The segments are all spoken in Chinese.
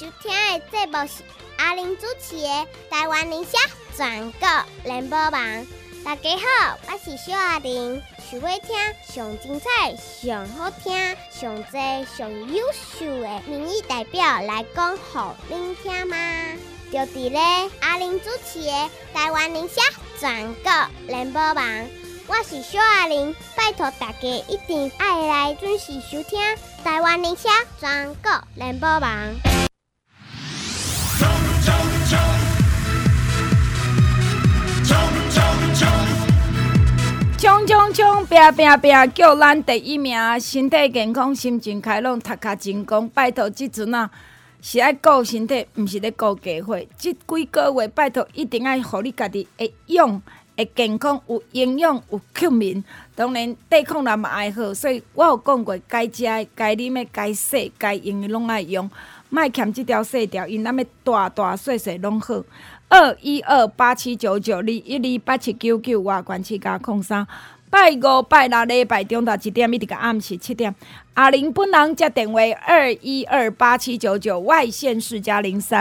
收听的节目是阿玲主持的《台湾理社全国联播网》。大家好，我是小阿玲，想要听上精彩、上好听、上多、上优秀的民意代表来讲，给您听吗？就伫咧阿玲主持的《台湾理社全国联播网》。我是小阿玲，拜托大家一定要来准时收听台湾理社全国联播网。 冲冲冲！冲冲冲！ 冲冲冲！拼拼拼！叫咱第一名，身体健康，心情开朗，读卡成功。拜托，即阵啊是爱顾身体，毋是咧顾家伙。即几个月，拜托一定爱互你家己会用。会健康、有营养、有吸面，当然抵抗力嘛爱好。所以我有讲过，该食的、该啉的、该洗、该用的拢爱用，莫欠即条细条，因咱要大大细细拢好。212879921287999外关7加03。拜五、拜六、礼拜中昼1点一直到暗时7点。阿玲本人接电话2128799外县市加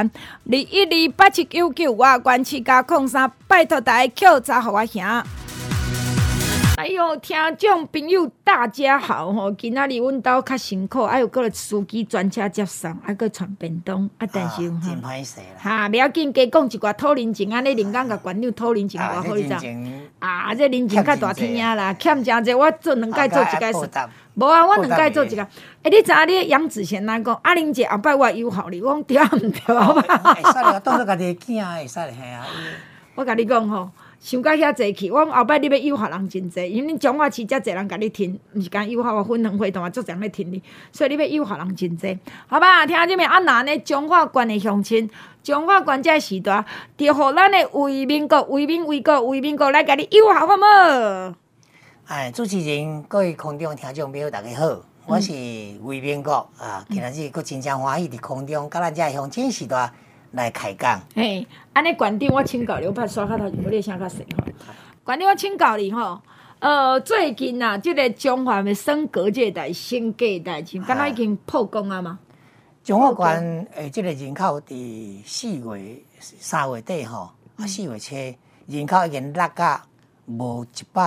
0321287999外关7加03。拜托大家扣查，互我兄。哎呦，听众朋友大家好吼！今仔日阮兜较辛苦，还有个司机专车接送，还个传便当啊，但是真歹势啦！ 哈，不要紧，加讲一寡讨人情，安尼人工甲馆长讨人情偌好，你知？这人情较大天啊啦，欠真济，我做2届做一届事。无啊，我2届做一届。你知影你杨子贤哪讲？阿玲姐后摆我友好你，我讲对啊，毋对啊？ 会使啦，当作家己囝会使啦，嘿啊！ 我甲你讲吼。想到遐济去，我后摆你要诱惑人真济，因为你讲我饲遮济人甲你听，毋是讲诱惑我分两回同啊，足人咧听你，所以你要诱惑人真济，好吧？听这边啊，那呢彰化县的乡亲，彰化县这时代，就互咱的为民国来甲你诱惑好无？ 哎，主持人各位空中听众朋友大家好，我是为民国啊，今仔日佫真正欢喜伫空中，甲咱遮乡亲时代。来开讲， 嘿，安尼馆长我请教你，我怕刷卡头前，你声较细吼。馆长我请教你吼，最近啊，即个彰化的升格这代、升格代志，敢若已经破功啊吗？ 彰化县即个人口伫3月底吼，4月初人口已经落到无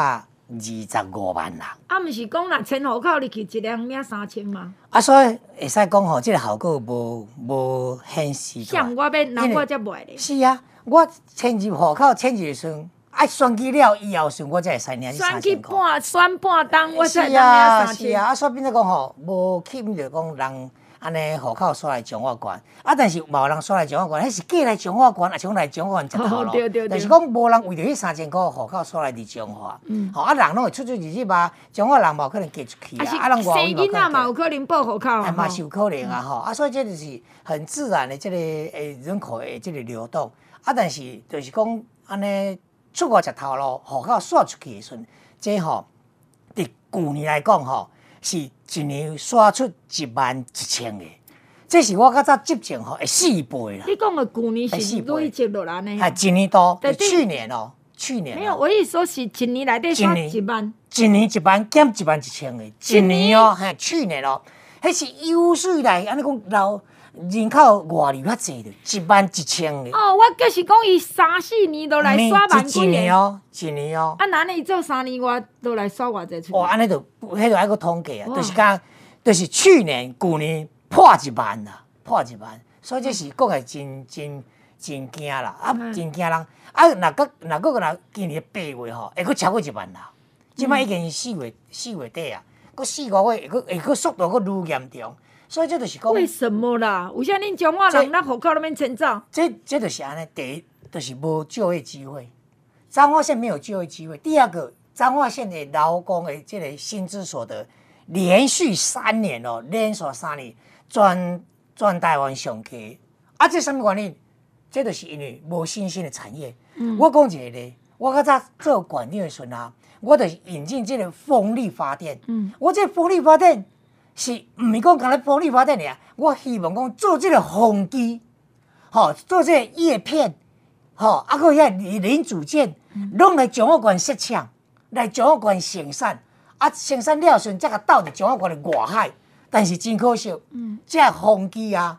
125万人。 啊，毋是讲若迁户口入去一人领3000吗？ 啊，所以会使讲吼，即个效果无显示出来。 像我要拿我才袂咧。 是啊，我迁入户口迁入的时阵，选举了以后时，我才会使领3000块。 选半当，我才领 3000。 是啊，所以变做讲吼，无吸引着讲人安尼户口刷来彰化县。啊，但是嘛有人刷来彰化县，迄是假来彰化县，啊，像来彰化县食头咯。对。但是讲无人为着迄3000块户口刷来伫彰化。吼，啊，人拢会出入嘛，彰化人嘛有可能嫁出去啊，人外位嘛有可能报户口啊， 嘛是有可能啊，吼，啊，所以这就是很自然的这个人口的这个流动。啊，但是就是讲安尼出外食头路，户口刷出去的时阵，这吼，伫去年来讲吼，是一年刷出11000个。这是我较早执政吼，会4倍啦。 你讲的去年是累积落来呢？ 还一年多，去年哦，去年。 没有，我意思说是一年内底刷1万。 一年1万减11000个，一年哦，嘿，去年哦，迄是有史以来安尼讲老人口外流较济着，11000个。 哦，我计是讲伊3、4年都来刷万几个。 一年哦，一年哦。 啊，那呢？伊做3年外都来刷偌济出？ 哦，安尼就迄就爱个统计啊，就是讲，就是去年破1万啦，破1万，所以这是国内真惊啦，啊，真惊人。啊，若今年8月吼，会佫超过1万啦。即摆已经是4月底啊，佫4、5月会佫速度佫愈严重，所以这就是讲。 为什么啦？为啥恁彰化人咱户口都免迁走？ 这就是安尼，第一就是无就业机会，彰化县没有就业机会。第二个，彰化县的劳工的这个薪资所得连续3年哦，连续3年。全台湾上低啊！这什么原因？这就是因为无新兴的产业。我讲一个咧，我较早做管理的时阵啊，我就引进这个风力发电。我这风力发电是毋是讲干咧风力发电尔？我希望讲做这个风机，吼，做这个叶片，吼，啊，个遐零组件，拢来彰化县设厂，来彰化县生产。啊，生产了时阵，才甲倒伫彰化县的外海。但是真可惜，这风机啊，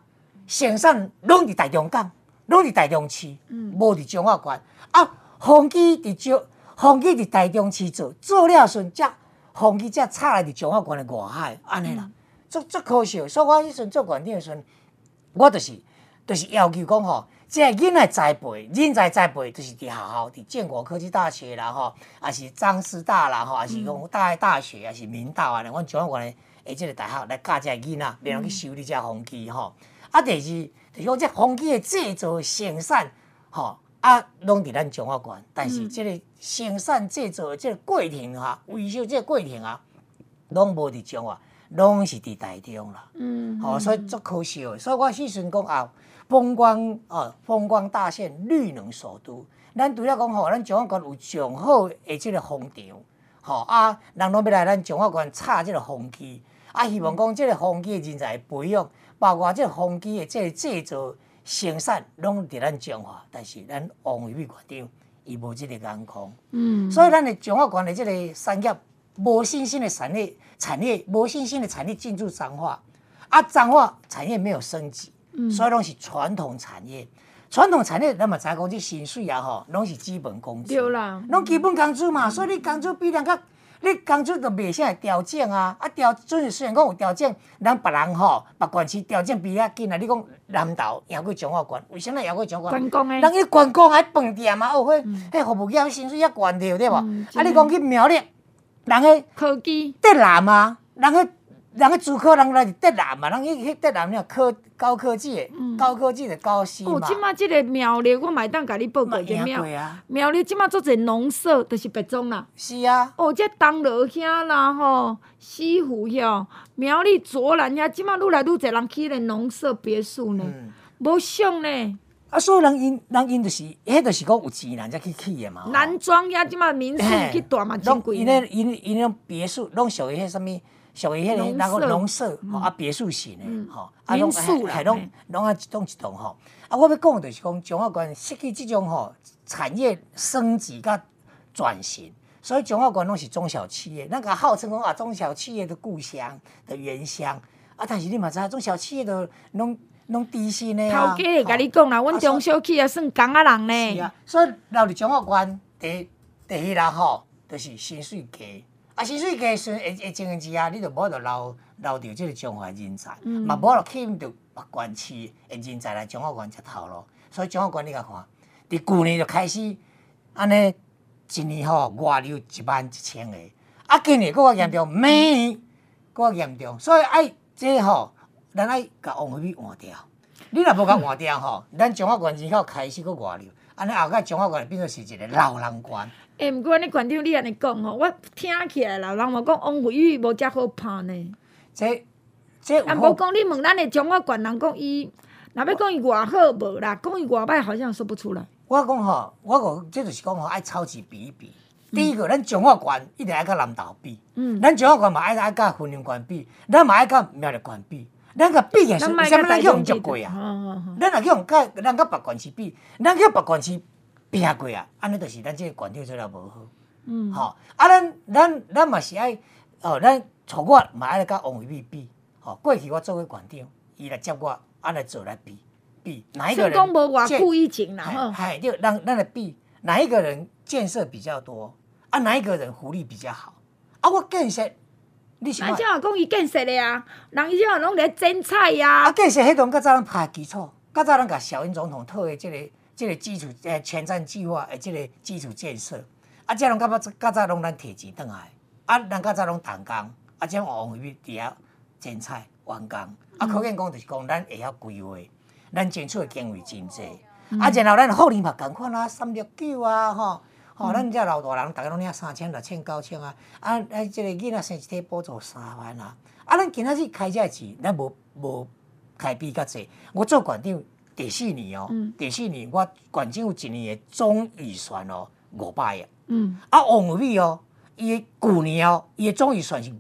生产拢伫台中港，拢伫台中市，无伫彰化县。啊，风机伫台中市做了时阵，才风机才插来伫彰化县的外海，安尼啦，足可惜。所以我迄阵做县长的时阵，我就是要求讲吼，即个囡仔栽培，人才栽培，就是伫学校，伫建国科技大学啦吼，也是彰师大啦吼，也是讲大学，也是明道啊，阮彰化县的即个大学来教即个囡仔，然后去修理即个风机吼。啊，第二就是讲即风机的制造、生产吼。啊，拢伫咱彰化县，但是即个生产制造的即个过程哈，维修即个过程啊，拢无伫彰化，拢是伫台中啦。所以足可惜的。所以我迄阵讲啊，风光大县绿能首都，咱除了讲吼，咱彰化县有上好的即个风场，啊，人拢要来咱彰化县插即个风机，啊，希望讲即个风机的人才培养，包括即个风机的即个制造。生产拢伫咱彰化，但是咱王惠美县长伊无即个眼光，所以咱的彰化县的即个产业无新兴的产业无新兴的产业进驻彰化，啊，彰化产业没有升级，所以拢是传统产业。传统产业咱嘛知讲即薪水啊吼，拢是基本工资， 对啦， 拢基本工资嘛，所以你工资比人较。你工资就袂啥调整啊！虽然讲有调整，咱别人吼，别县市调整比较紧啊。你讲南投赢过彰化县，为什么赢过彰化县？ 观光诶， 人去观光还饭店嘛，迄服务业薪水遐悬着对无？啊，你讲去苗栗，人迄科技德南啊，人去主科人来是德南嘛，人去德南了高科技的高薪嘛。 即马即个苗栗，我嘛当甲你报告一下苗栗即马做者农舍，就是白种啦。 是啊。 这东螺遐啦吼，西湖遐，苗栗卓兰遐，即马愈来愈侪人起咧农舍别墅呢，无俗呢。 啊，所以人因就是，迄就是讲有钱人才去起的嘛。 南庄遐即马民宿去住嘛真贵。 因迄别墅拢属于迄什物？属于迄个那个农舍，啊别墅型的， 民宿啦， 拢啊一栋吼。啊，我要讲就是讲，彰化县失去这种产业升级甲转型，所以彰化县拢是中小企业，咱个号称讲中小企业的故乡的原乡，啊，但是你嘛知影，中小企业的拢低薪的啊。 头家会甲你讲啦，阮中小企业算工仔人呢。 是啊，所以留伫彰化县第一啦就是薪水低。啊，薪水低时会情形之下，你就无得留着即个彰化人才，嘛无得吸引着别县市的人才来彰化县接头路。所以彰化县你甲看，伫去年就开始安尼一年外流11000个，啊，今年搁较严重，明年搁较严重。所以这咱爱甲王惠美换掉。你若无甲换掉咱彰化县人口开始搁外流，安尼后摆彰化县变做是一个老人县。 毋过安尼县长你安尼讲我听起来啦，人嘛讲王惠美无遮好拍呢。 这啊，无讲你问咱的彰化县人讲伊，若要讲伊偌好无啦，讲伊偌歹好像说不出来。 我讲我讲这就是讲爱超级比一比。第一个，咱彰化县一定爱甲南投比，咱彰化县嘛爱甲云林县比，咱嘛爱甲苗栗县比。咱甲比的时候，为什么咱去用足过啊？咱若去用咱甲别县市比，咱去别县市拼过啊，安尼就是咱这个县长做了无好。咱嘛是爱咱从我嘛爱甲王惠美比。过去我做过县长，伊来接我，来做来比哪一个人？ 讲无偌久以前啦， 对，咱来比哪一个人建设比较多，哪一个人福利比较好？我建设。咱即话讲伊建设的啊，人伊即话拢咧种菜呀。 建设迄种较早咱拍基础，较早咱甲小英总统讨的即个基础前瞻计划的即个基础建设，这拢较早拢咱摕钱转来，咱较早拢动工，这王惠美伫遐种菜完工，可见讲就是讲咱会晓规划，咱争取的经费真济，然后咱福利嘛共款啊，369啊咱遮老大人，大家拢领3000、6000、9000啊！即个囡仔生一体补助3万啊！咱今仔日开这钱，咱无开比较济。我做县长第4年第4年我县长有一年的总预算500亿。王惠美伊的去年伊的总预算是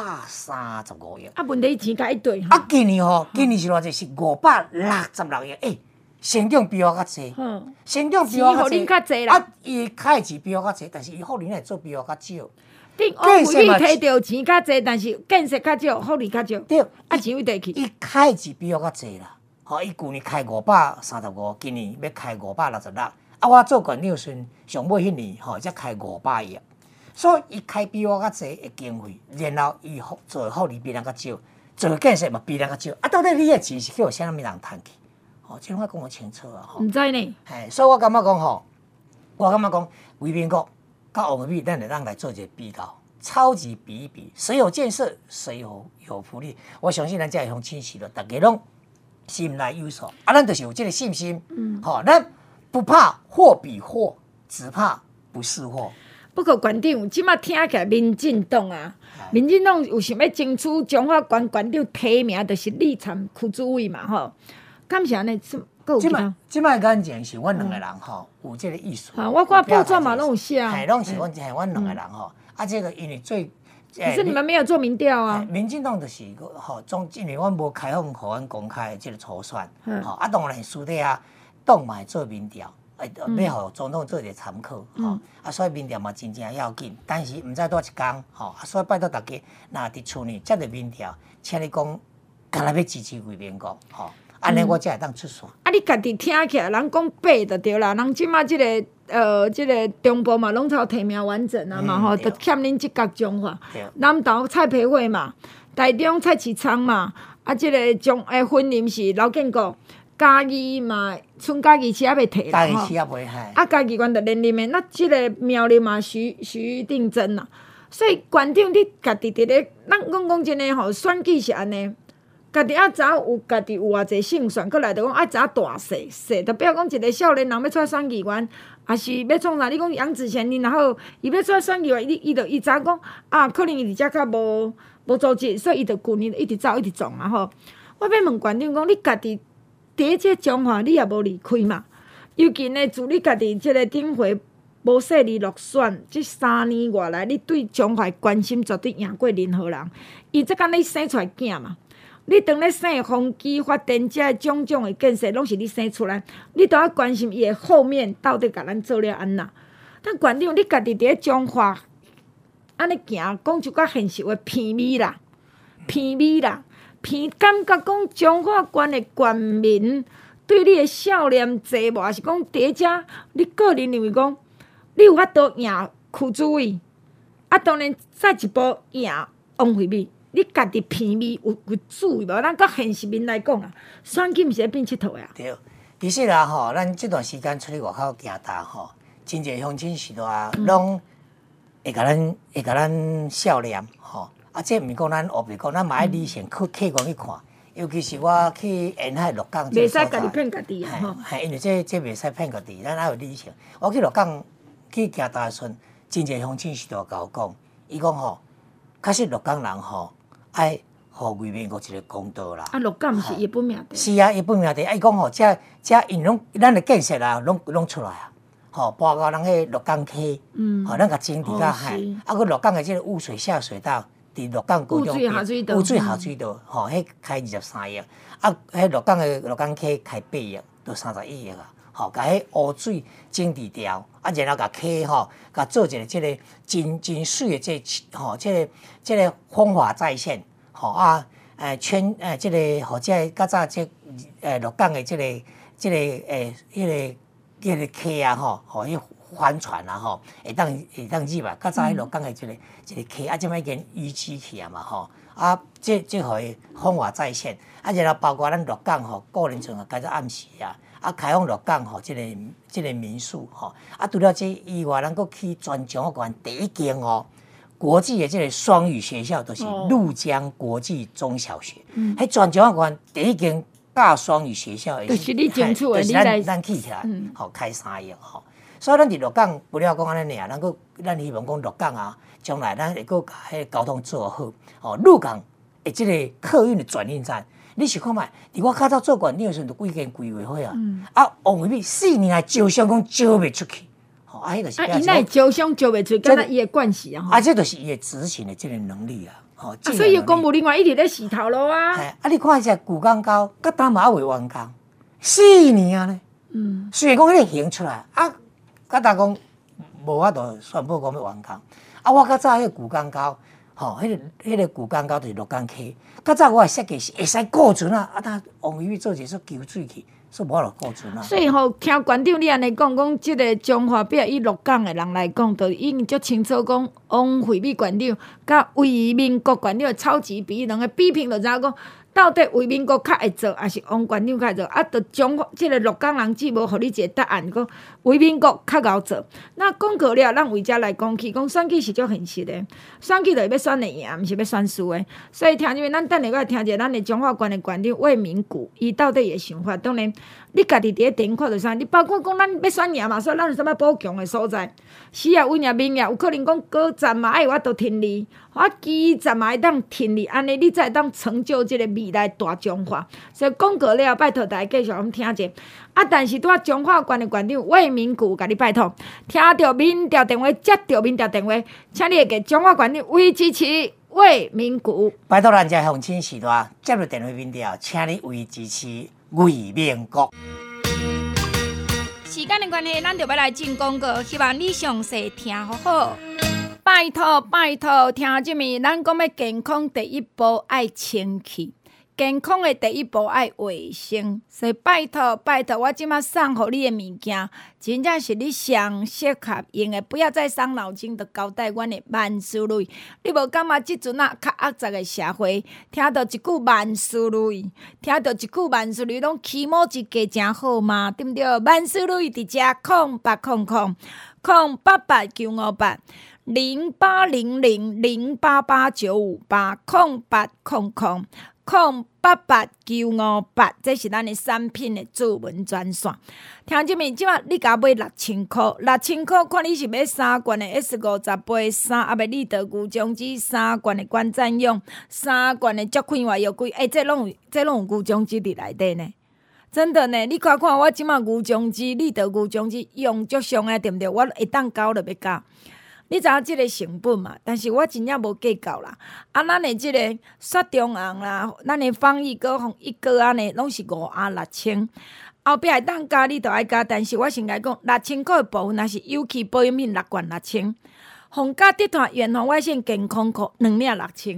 535亿。 问题钱甲一堆。 今年是偌济？是566亿。成长比我较济，成长比我较济，伊开钱比我较济，但是伊福利会做比我较少。 王惠美摕到钱较济，但是建设较少，福利较少。 对， 钱位地去。 伊开钱比我较济啦， 吼，伊旧年开535，今年要开566。啊，我做管长时，上尾迄年吼才开500亿，所以伊开比我较济的经费，然后伊做福利比人较少，做建设嘛比人较少。啊，到底你的钱是叫啥物人趁去？吼，这拢要讲清楚啊！吼， 毋知呢。 所以我感觉讲吼，我感觉讲，魏明国甲王美，咱来做一个比较，超级比一比，谁有建设，谁有福利。我相信咱这乡亲时了，大家拢心内有数。啊，咱就是有这个信心。吼，咱不怕货比货，只怕不是货。 不过馆长，即马听起来民进党啊，民进党有想要争取中华馆馆长提名，就是立场区主委嘛，吼。敢是安尼？ 即摆眼前是阮两个人吼，有这个意思。 我看报纸嘛拢有写。 拢是阮两个人吼。啊，这个因为可是你们没有做民调啊？ 民进党就是吼，因为阮无开放，互阮公开这个初选。吼，啊，当然私底下党嘛会做民调，要互总统做一个参考。吼，啊，所以民调嘛真正要紧，但是毋知多一天。吼，啊，所以拜托大家，若伫厝内接着民调，请你讲，干那要支持魏明国。吼。安尼我才会当出线。 啊，你家己听起来，人讲8就对啦。人即马即个中部嘛，拢超提名完整啊嘛吼，就欠恁即角中华。南投蔡培慧嘛，台中蔡启昌嘛，啊，即个云林是刘建国，嘉义嘛，剩嘉义市还袂摕啦吼。 嘉义市也袂嗨。 啊，嘉义县就连任的，那即个苗栗嘛，徐定珍啦。所以馆长，你家己伫咧，咱讲真诶吼，选举是安尼。家己知有家己有偌济胜算，过来就讲知大势，就比如讲一个少年人要出来选议员，也是要创啥？你讲杨子贤，然后伊要出来选议员，伊知影讲啊，可能伊伫遮较无组织，所以伊就旧年一直走一直撞啊吼。我要问馆长讲，你家己伫即中华，你也无离开嘛？尤其呢，自你家己即个顶回无说你落选，即3年外来，你对中华关心绝对赢过任何人。伊才敢你生出来囝嘛？你当咧生风机发电这种种的建设，拢是你生出来，你都要关心伊的后面到底甲咱做了安那。但馆长，你家己伫咧中华安尼行，讲一寡现实话，偏美啦，感觉讲中华县的县民对你的少年济无，还是讲伫遮，你个人认为讲，你有法度赢区主委，啊，当然再一步赢王惠美。你家己偏美有注意无？咱到现实面来讲啊，选举毋是变佚佗的啊。 对，其实啦吼，咱这段时间出去外口行大吼，真侪乡亲时代啊，拢会甲咱笑脸吼。啊，这毋是讲咱后边讲，咱嘛爱理性客观去看。尤其是我去沿海鹿港这个所在， 袂使家己骗家己啊吼。因为这袂使骗家己，咱爱有理性。我去鹿港去行大的时阵，真侪乡亲时代甲我讲，伊讲吼，确实鹿港人吼。爱互魏明国一个公道啦！ 啊，鹿港毋是日本命地？ 是啊，日本命地。伊讲吼，这因拢咱的建设啊，拢出来啊。吼，包括咱迄鹿港溪，吼，咱甲整治甲海，啊，佮鹿港的即个污水下水道，伫鹿港高中污水下水道，吼，迄开23亿，啊，迄鹿港溪开8亿，都31亿啊。吼，甲迄污水整治掉，啊，然后甲溪吼，甲做一个即个真水的即个风华再现，吼啊，即个或者较早鹿港的迄个溪啊，吼，迄帆船啊，吼，会当入来，较早迄鹿港的一个溪，啊，即摆已经淤积起啊嘛，吼，啊，即互伊风华再现，啊，然后包括咱鹿港吼，个人村啊，改做暗时啊。啊，开放鹿港吼，即个民宿吼，啊，除了这以外，咱佫去全中国第一间哦，国际的即个双语学校，就是鹭江国际中小学。迄全中国第一间教双语学校， 就是你争取的， 就是咱起起来，吼，开3亿吼。所以咱伫鹿港，不了讲安尼尔，咱希望讲鹿港啊，将来咱会佫甲迄交通做好，吼，鹿港的即个客运的转运站。你想看觅，伫我较早做馆长的时阵，就几间规划好啊。啊，王惠美4年来招商讲招袂出去，吼，啊，迄就是。 啊，伊那招商招袂出去，敢若伊的惯势啊。 啊，这就是伊的执行的这个能力啊，吼。 啊，所以公务另外一直咧洗头路啊。 啊，你看一下古港高，甲打马尾完工4年啊呢。虽然讲迄个行出来，啊，甲大讲无法度宣布讲要完工。啊，我较早迄个古港高。 迄个古港沟就是鹿港溪。较早我的设计是会使顾船啊，但王鱼做一说求水去，所以无落顾船啊。 所以听馆长你安尼讲，即个中华比以鹿港的人来讲，就已经足清楚讲，王惠美馆长甲魏民国馆长的超级比，两个比拼就知影讲。到底魏民国较会做，还是王馆长较会做？啊，就中即个鹿港人只无互你一个答案，讲魏民国较贤做。那讲过了，咱为遮来讲去，讲选举是足现实的，选举就是要选会赢，毋是要选输的。所以听入面，咱等下我来听者咱的中华馆的馆长魏明谷，伊到底伊的想法。当然，你家己伫咧电看着啥？你包括讲咱要选赢嘛，所以咱有啥物补强的所在？死也稳也明也，有可能讲高站嘛爱有法度听你。基站嘛会当听你，安尼你才会当成就即个未来大中华。所以讲过了，拜托大家继续听者。但是拄中华馆的馆长魏明谷，甲你拜托，听到民调电话，接到民调电话，请你会给中华馆长为支持魏明谷。 拜托咱遮乡亲时代接到电话民调，请你为支持魏明国。 时间的关系，咱就要来进广告，希望你详细听好好。拜托，听即面，咱讲要健康第一步爱清气，健康的第一步爱卫生。所以拜托，我即马送互你的物件，真正是你上适合用的，不要再伤脑筋的交代阮的万事如意。你无感觉即阵啊，较恶杂的社会，听到一句万事如意，拢起毛一家真好嘛，对毋对？万事如意伫遮0800088958。08000889580800088958，这是咱的产品的主文专线。听即面，即马你甲买6000块，6000块看你是要3罐的 S50杯3阿袂立德牛种子，3罐的关赞用，3罐的足快活药柜，这拢有牛种子伫内底呢。真的呢，你看我即马牛种子、立德牛种子用足上的，对毋对？我会当交就要交。你知影即个成本嘛？但是我真正无计较啦。咱的即个雪中红啦，咱的防疫膏红一个安尼，拢是56000。后壁会当加你就爱加，但是我先来讲，6000块的部分，若是有机保养品6罐6000，红加地团远红外线健康裤2领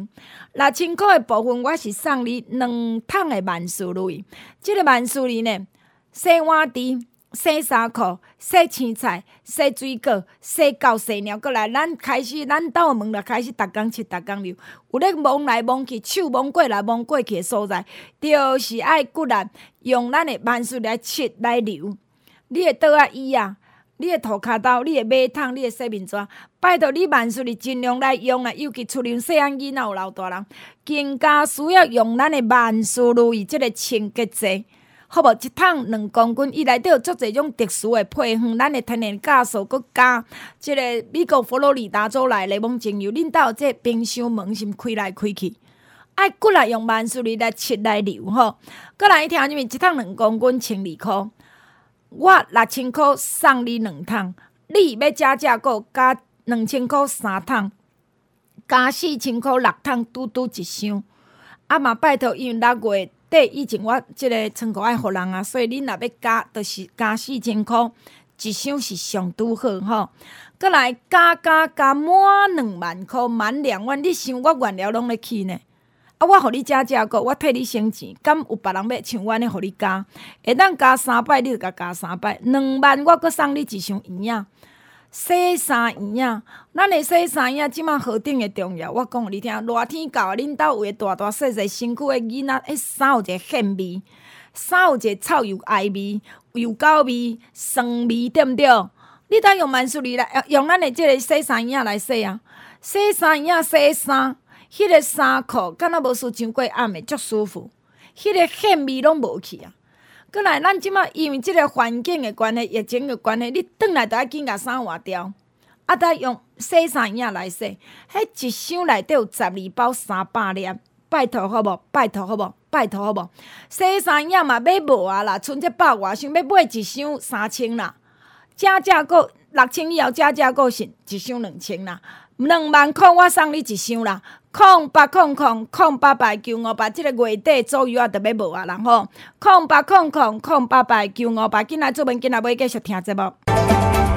6000块的部分，我是送你2桶的万事如意。即个万事如意呢，洗碗池。洗衫裤、洗青菜、洗水果、洗狗、洗猫，过来，咱兜的门就开始逐工拭、逐工流。有咧摸来摸去、手摸过来摸过去的所在，就是爱骨力用咱的万事来拭来流。你的桌仔椅啊，你的涂骹刀、你的马桶、你的洗面纸，拜托你万事尽量来用啊！尤其厝里细汉囡仔有老大人，更加需要用咱的万事如意即个清洁剂。好无？一桶2公斤，伊内底有足侪种特殊的配方，咱的天然酵素，佮加即个美国佛罗里达州来柠檬精油，恁兜有这冰箱门是开来开去，爱骨力用万事如意来拭来流吼。过来听入面，一桶2公斤12块，我6000块送你2桶，你要加购加2000块3桶，加4000块6桶，拄一箱。嘛拜托，因为6月底以前我即个仓库爱互人啊，所以恁若要加，就是加4000块一箱是上拄好吼。过来加满2万块，满2万，你想我原料拢咧去呢？我互你加购，我替你省钱，敢有别人要像阮咧互你加？会当加3摆，你就加3摆，2万我阁送你一箱圆仔。洗衫圆仔，咱的洗衫圆仔即马好顶的重要。我讲互你听，热天到啊，恁兜有个大细身躯的囡仔，迄衫有一个咸味，衫有一个臭油艾味、油膏味、酸味，对毋对？你当用万事如意来用咱的即个洗衫圆仔来洗啊！洗衫圆仔洗衫，迄个衫裤敢若无输上过暗的，足舒服，迄个咸味拢无去啊！过来，咱即马因为即个环境的关系、疫情的关系，你转来就要紧甲衫换掉，再用洗衫圆仔来洗。迄一箱内底有12包300粒，拜托好无？拜托好无？洗衫圆仔嘛买无啊啦，剩这100外箱，要买一箱3000啦。加购6000以后加购是一箱2000啦，2万块我送你一箱啦。0800088958，即个月底左右啊，就要无啊人吼。0800088958，进来做文，进来要继续听节目。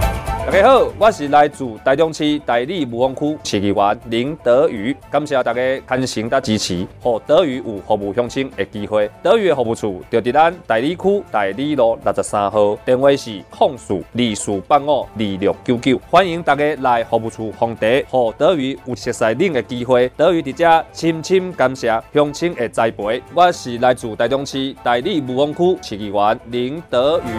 大家好，我是来自台中市大理武丰区市议员林德瑜，感谢大家牵诚甲支持，让德瑜有服务乡亲的机会。德瑜的服务处就伫咱大理区大理路63号，电话是0424852699，欢迎大家来服务处访茶，让德瑜有熟悉领的机会。德瑜伫遮深深感谢乡亲的栽培。我是来自台中市大理武丰区市议员林德瑜。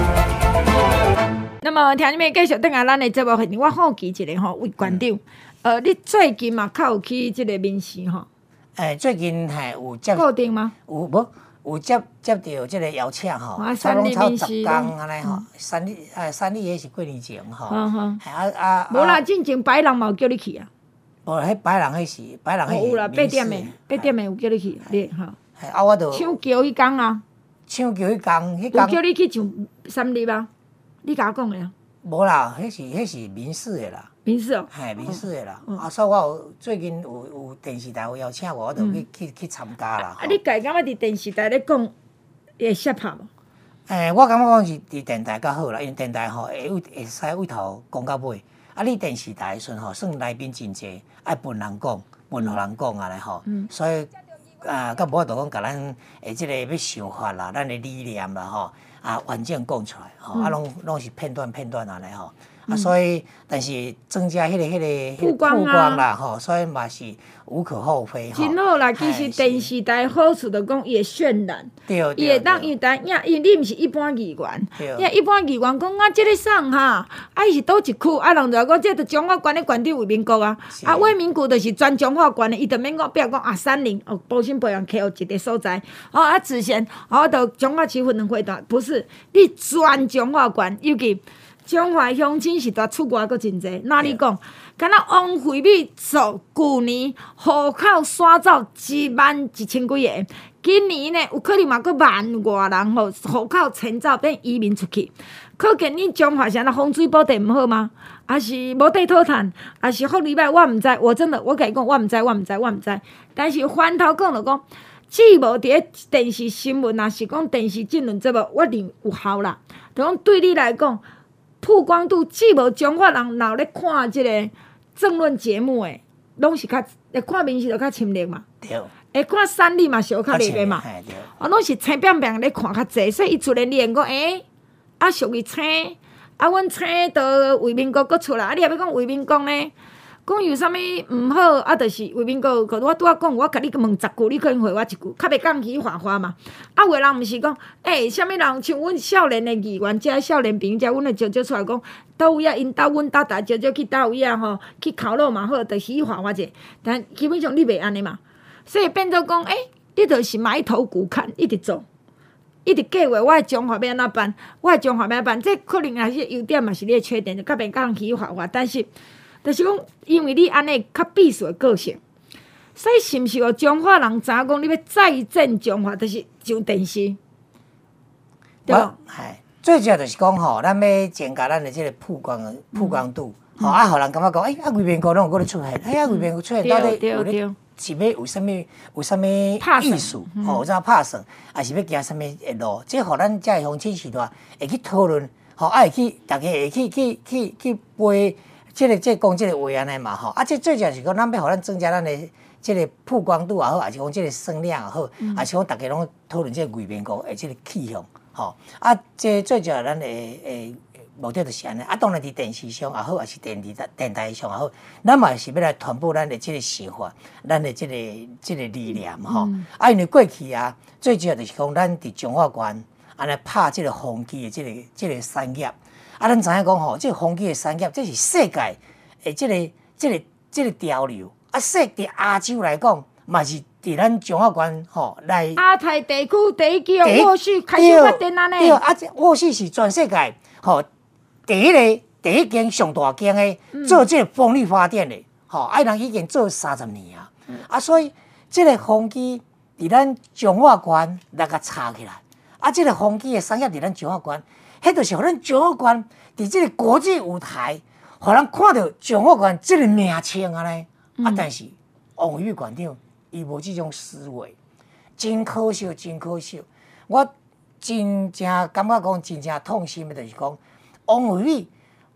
那么，听你们继续等下咱的节目，我好奇一下吼，魏馆长，你最近嘛，较有去即个面试吼？ 最近有接固定吗？ 有接到即个邀请吼， 三立面试 10天安尼吼，三立迄是几年前吼， 无啦，进前白人嘛有叫你去啊？ 无，迄白人迄是白人迄有啦，8点的有叫你去，你吼。 我就抢桥迄天啊， 抢桥迄天， 有叫你去上三立啊？你甲我讲的啊？ 无啦，迄是民事的啦。 民事哦。 民事的啦。所以我最近有电视台有邀请我就去参加啦。 你家感觉伫电视台咧讲会适合无？ 我感觉讲是伫电台较好啦，因为电台会使位头讲到尾。你电视台的时阵算来宾真济，爱分人讲，分互人讲安尼吼。所以甲无法度讲，甲咱即个要想法啦，咱的理念啦吼。完整讲出来，拢是片段安尼吼。所以但是增加迄个曝光啦，所以嘛是无可厚非。 真好啦，其实电视台好处就讲伊会渲染，伊会当因为你毋是一般议员，因为一般议员讲即个省哈，伊是倒一区，人就讲即个中法关的县长魏明国啊，魏明国就是专中法关的，伊就免讲不要讲三林保险保养客有一个所在，之前就中法区分两会段，不是你专中法关，尤其。中华乡亲是出外阁真济，哪里讲？敢若王惠美做旧年户口刷走11000几个，今年呢有可能嘛阁10000外人户口迁走变移民出去，可见你中华县的风水保地毋好吗？还是无地讨趁，还是福利歹？我毋知，我真的我甲伊讲，我毋知。但是翻头讲就讲，只无伫咧电视新闻，若是讲电视政论节目，我认有效啦。就讲对你来讲。曝光度，只无中华人闹咧看即个政论节目诶，拢是较会看民视就较深入嘛。 对。 会看三立嘛，小较入个嘛。拢是青扁扁咧看较济，所以伊出来连讲属于青，阮青到魏明国阁出来，你也要讲魏明国呢？讲有啥物毋好，就是魏明国，我拄仔讲，我甲你问10句，你可能回我1句，较袂讲起话嘛。有的人毋是讲，啥物人像阮少年的议员，遮少年朋友，遮阮的招出来讲，倒位啊，因兜阮搭招去倒位啊去烤肉嘛好，就起话者。但基本上你袂安尼嘛，所以变做讲，你就是埋头苦看，一直做，一直计划我的中华要安怎办，这可能也是优点，嘛是你的缺点，就较袂讲起话，但是讲，因为你安尼较避暑的个性，所以是毋是有中华人知影讲你要再战中华，就是上电视，对无？ 最主要就是讲咱要增加咱的这个曝光度，互人感觉讲，魏明国拢有搁咧出现，魏明国出现到底是要有啥物意思？有啥拍算，还是要行啥物路？这互咱遮乡亲时代会去讨论，会去大家会去背。这讲这个话安尼嘛这最主要是讲，咱要互咱增加咱的这个曝光度也好，还是讲这个声量也好，还是讲大家拢讨论这个魏明国的这个气象这最主要咱的目的就是安尼当然伫电视上也好，还是电台上也好，咱嘛是要来传播咱的这个想法，咱的这个理念因为过去最主要就是讲咱伫中华县安尼拍这个风机的这个产业。咱知影讲这个风机的产业，这是世界的这个潮流。伫亚洲来讲，嘛是伫咱中华县来。 亚太地区第一支沃旭开始发电安尼。 对，沃旭是全世界第一间上大间的做这个风力发电的。人已经做30年所以这个风机伫咱中华县来甲插起来。这个风机的产业伫咱中华县。迄就是互咱中华县伫即个国际舞台，互人看到中华县即个名称尼。但是王惠美县长伊无即种思维，真可惜。我真正感觉讲真正痛心的，就是讲王惠美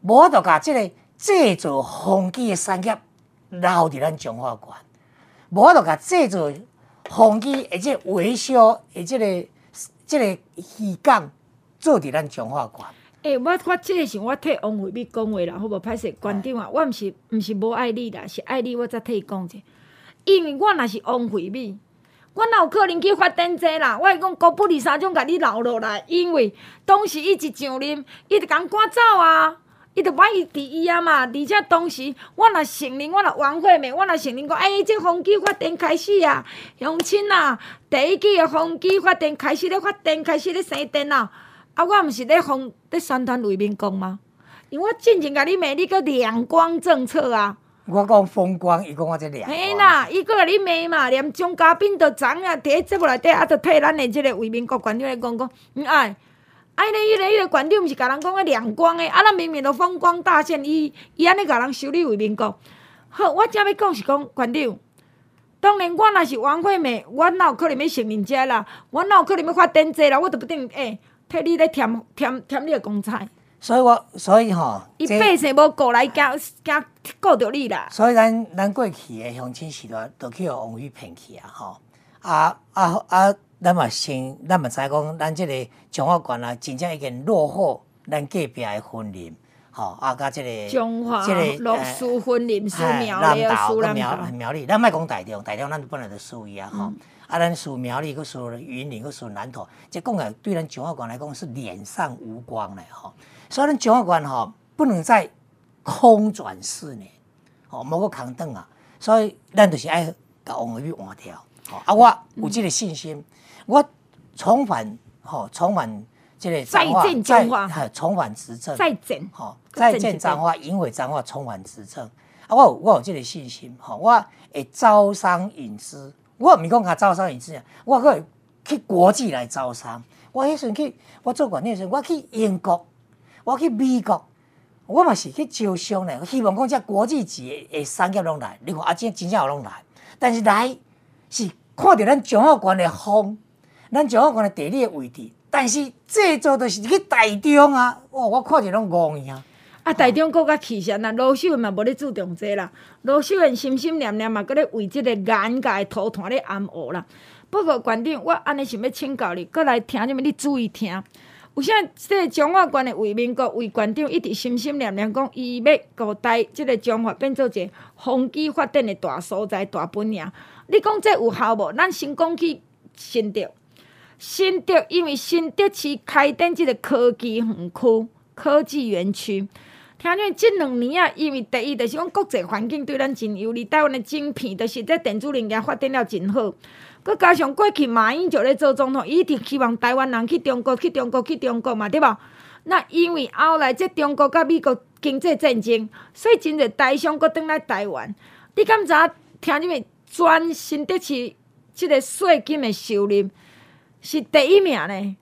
无法度甲即个制造风机的产业留伫咱彰化县，无法度甲制造风机而且维修的即个渔港做伫咱彰化县。 我即个是我替王惠美讲话啦，好无歹势，馆长啊，我毋是无爱你啦，是爱你，我才替伊讲者。因为我若是王惠美，我哪有可能去发展这啦？我会讲高不离三种，甲你留落来，因为当时伊一上任，伊就共赶走啊。伊就歹伊伫伊啊嘛，而且当时我若承认，我若王惠美，我若承认讲，这风机发电开始啊，乡亲啊，第一季的风机发电开始咧发电，开始咧生电啊，我毋是咧宣传为民讲吗？因为我进前甲你骂你个亮光政策啊。 我讲风光，伊讲我这亮光。 嘿啦，伊搁甲你骂嘛，连张嘉宾都知影，伫咧节目内底，就替咱的即个为民国馆长来讲，迄个馆长毋是甲人讲个亮光的，咱明明都风光大现，伊安尼甲人修理为民国。好，我只要讲是讲馆长，当然我若是王惠美，我哪有可能要承认这啦？我哪有可能要发展这啦？我都不定替你咧添你的公菜。 所以吼， 伊百姓无顾来惊顾着你啦。 所以咱过去的乡亲时代都去互王惠骗去啊吼。咱嘛知讲，咱即个彰化县啊，真正已经落后咱隔壁的婚姻，吼甲即个彰化、洛苏婚姻、苏苗栗、苏苗栗，咱莫讲台中咱本来就属伊啊吼。咱属苗栗，佮属云林，佮属南投，这讲来对咱彰化县来讲是脸上无光嘞吼。所以咱彰化县吼不能再空转4年，吼无个空转啊。所以咱就是爱甲王惠美换掉。我有这个信心，我重返这个彰化，重返执政，再见彰化，赢回彰化，重返执政。我有这个信心，我会招商引资，我毋是讲招商引资啊，我可以去国际来招商。我迄阵去，我做管理时，我去英国，我去美国，我嘛是去招商咧。希望讲这国际级的产业拢来，你看真正有拢来，但是来是。看到咱彰化县的风，咱彰化县的地理的位置，但是制作就是去台中啊！我看着拢戆去啊！ 台中搁较气善啦，罗秀燕嘛无咧注重这啦，罗秀燕心心念念嘛，搁咧为即个眼界的涂炭咧暗学啦。不过馆长，我安尼想要请教你，搁来听什么？你注意听。有啥即个彰化县的为民国为馆长一直心心念念讲，伊要互即个彰化变做一个风机发展的大所在、大本营。你讲这有效无？咱先讲去新竹，因为新竹市开展即个科技园区、科技园区。听讲即2年啊，因为第一就是讲国际环境对咱真有利，台湾的晶片就是这电子零件发展了真好。佮加上过去马英九咧做总统，伊一直希望台湾人去中国嘛，对无？那因为后来这中国甲美国经济战争，所以真侪台商佮转来台湾。你敢知听什么？全新竹市即个税金的收入是第一名呢，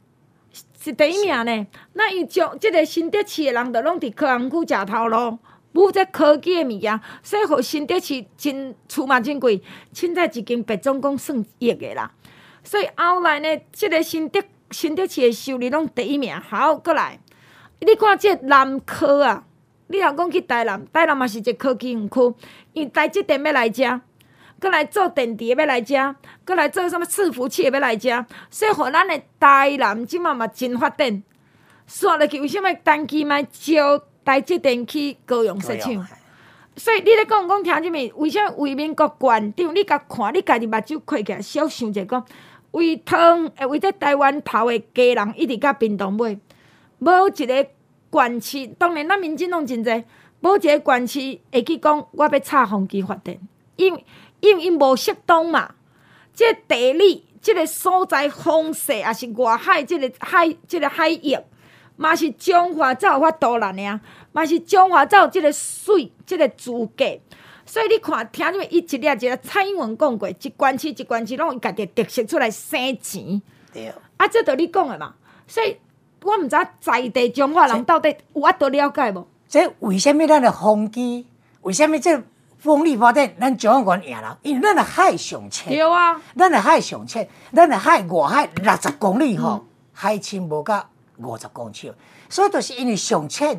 那伊将即个新竹市的人，就拢伫科学区食头路，买这科技的物件，所以互新竹市真厝嘛真贵，凊彩一间白总共算亿的啦。所以后来呢，即个新竹市的收入拢第一名。好，过来，你看这南科啊，你若讲去台南嘛是一个科技园区，因为台积电要来遮。搁来做电池要来遮，搁来做什么伺服器要来遮，所以互咱的台南即嘛真发展。煞落去为什么单期卖招台积电去高雄设厂？所以你咧讲听即物，为什么为民国县长你甲看，你家己目睭开起来，小想者讲，为这台湾头的家人一直甲屏东买，无一个县市，当然咱民进党真济，无一个县市会去讲我要插风机发电，因为因无适当嘛，即个地理，即个所在风势，也是外海即个海域，嘛是彰化才有法度啦尔，嘛是彰化才有即个水，即个资格。所以你看，听什么？伊一粒蔡英文讲过，一县市拢有家己特色出来生钱。 对。 这就你讲的嘛。所以我毋知在地彰化人到底有法度了解无？ 这为什么咱的风机？为什么这？风力发电，咱彰化县赢人，因为咱的海上浅。 对啊， 咱的海上浅，咱的海外海60公里吼，海深无到50公尺，所以就是因为上浅，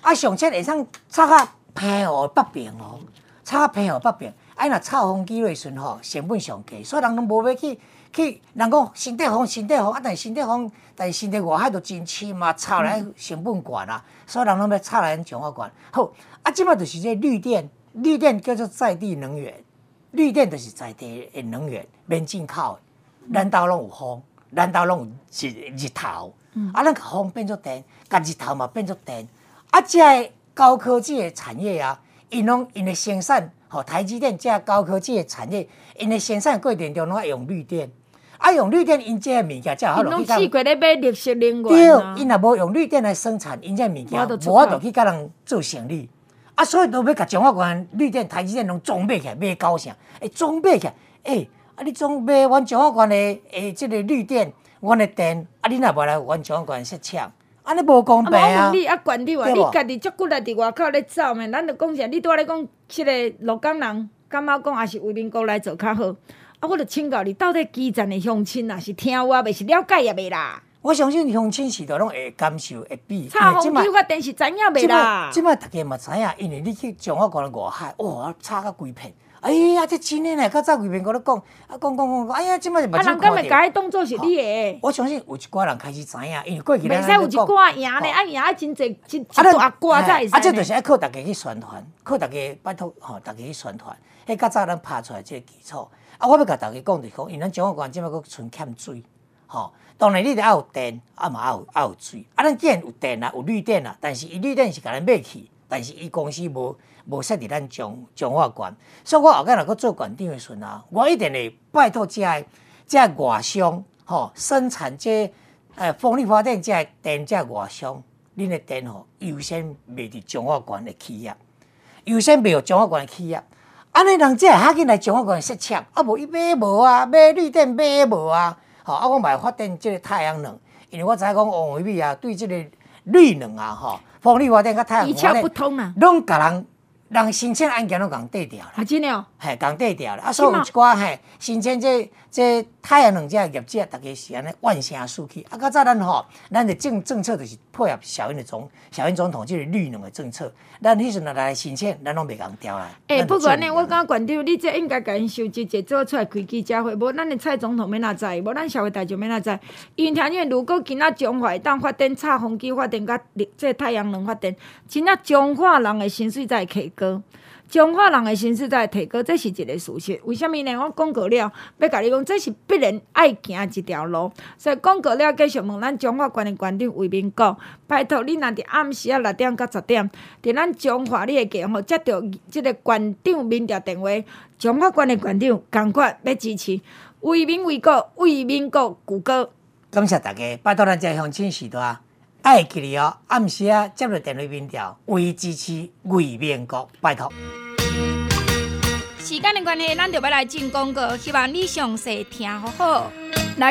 啊，上车会当插啊平和北平哦，插啊平和北平。啊，若插风机落时阵吼，成本上低，所以人拢无要去。人讲身体好，啊，但是身体外海都真深嘛，插来成本悬啊，所以人拢要插来中华县。好，啊，即摆就是这绿电叫做在地能源，绿电就是在地的能源，免进口的。咱兜拢有风，咱兜拢有日头，啊，咱甲风变做电，甲日头嘛变做电。啊，这个高科技的产业啊，因的生产，吼，台积电这高科技的产业，因的生产过程中拢爱用绿电。啊，用绿电，因这个物件才有法度去甲。 拢试过咧买绿色能源啊。 对，因若无用绿电来生产，因这物件无法度去甲人做生意。啊，所以都要甲中华县绿电、台积电拢总买起来，买高啥？总买起来，啊，你总买阮中华县的这个绿电，阮的电，啊，你若无来阮中华县设厂，安尼无公平啊！ 你啊，管理啊，你家己足久来伫外口咧走咩？咱就讲啥？你拄仔咧讲，即个鹿港人感觉讲，也是为民国来做较好。啊，我就请教你，到底基层的乡亲啊，是听话未？是了解也未啦？ 我相信乡亲是都拢会感受会比。 插风机发电是知影未啦？ 即摆大家嘛知影，因为你去中华县的外海，哇，插甲规片。哎呀，这真诶呢！较早规片跟你讲，讲，哎呀，即摆就目睭看到。 人敢会甲伊当作是你的？ 我相信有一寡人开始知影，因为过去袂使有一寡赢咧，啊赢真济，一大寡才会使。 啊，这就是爱靠大家去宣传，靠大家拜托吼，大家去宣传。迄较早咱拍出来这个基础。啊，我要甲大家讲就是讲，因咱中华县即摆佫存欠水，吼。当然你得爱有电，啊嘛爱有水。啊，咱既然有电啊，有绿电啊，但是伊绿电是甲咱买去，但是伊公司无设伫咱中华县。所以我后摆若佫做县长的时阵啊，我一定会拜托这外商，吼，生产这风力发电这电这外商，恁的电吼优先卖伫中华县的企业，优先卖予中华县的企业。安尼人才会较紧来中华县设厂，啊无伊买无啊，买绿电买无啊，吼啊我嘛会发展即个太阳能，因为我知影讲王维美啊对即个绿能啊，吼风力发电甲太阳能发电，拢甲人申请案件拢共缀掉了。 啊，真的哦。 嘿，共缀掉了。啊，所以有一寡申请这太阳能这业者，大家是安尼万声竖起。啊，较早咱的政策就是配合小英总统这个绿能的政策。咱迄阵来申请，咱拢袂共调来。 不管呢，我感觉县长，你这应该甲因收集者做出来开记者会，无咱的蔡总统要哪知，无咱社会大众要哪知。因为听见如果今仔中华会当发展插风机发电，甲这太阳能发电，真正中华人的薪水才会提高。中华人的薪水才会提高，这是一个事实。为什么呢？我讲过了，要甲你讲，这是必然爱行一条路。所以讲过了，继续问咱中华县的县长魏明国，拜托你若伫暗时6点到10点，伫咱中华你会记吼，接到即个县长民调电话，中华县的县长赶快要支持为民为国，为民国救国。 感谢大家，拜托咱这乡亲时代。爱记哩哦，暗时接到电话民调，为支持为民国，拜托。 时间的关系，咱就要来进广告，希望你详细听好好。 来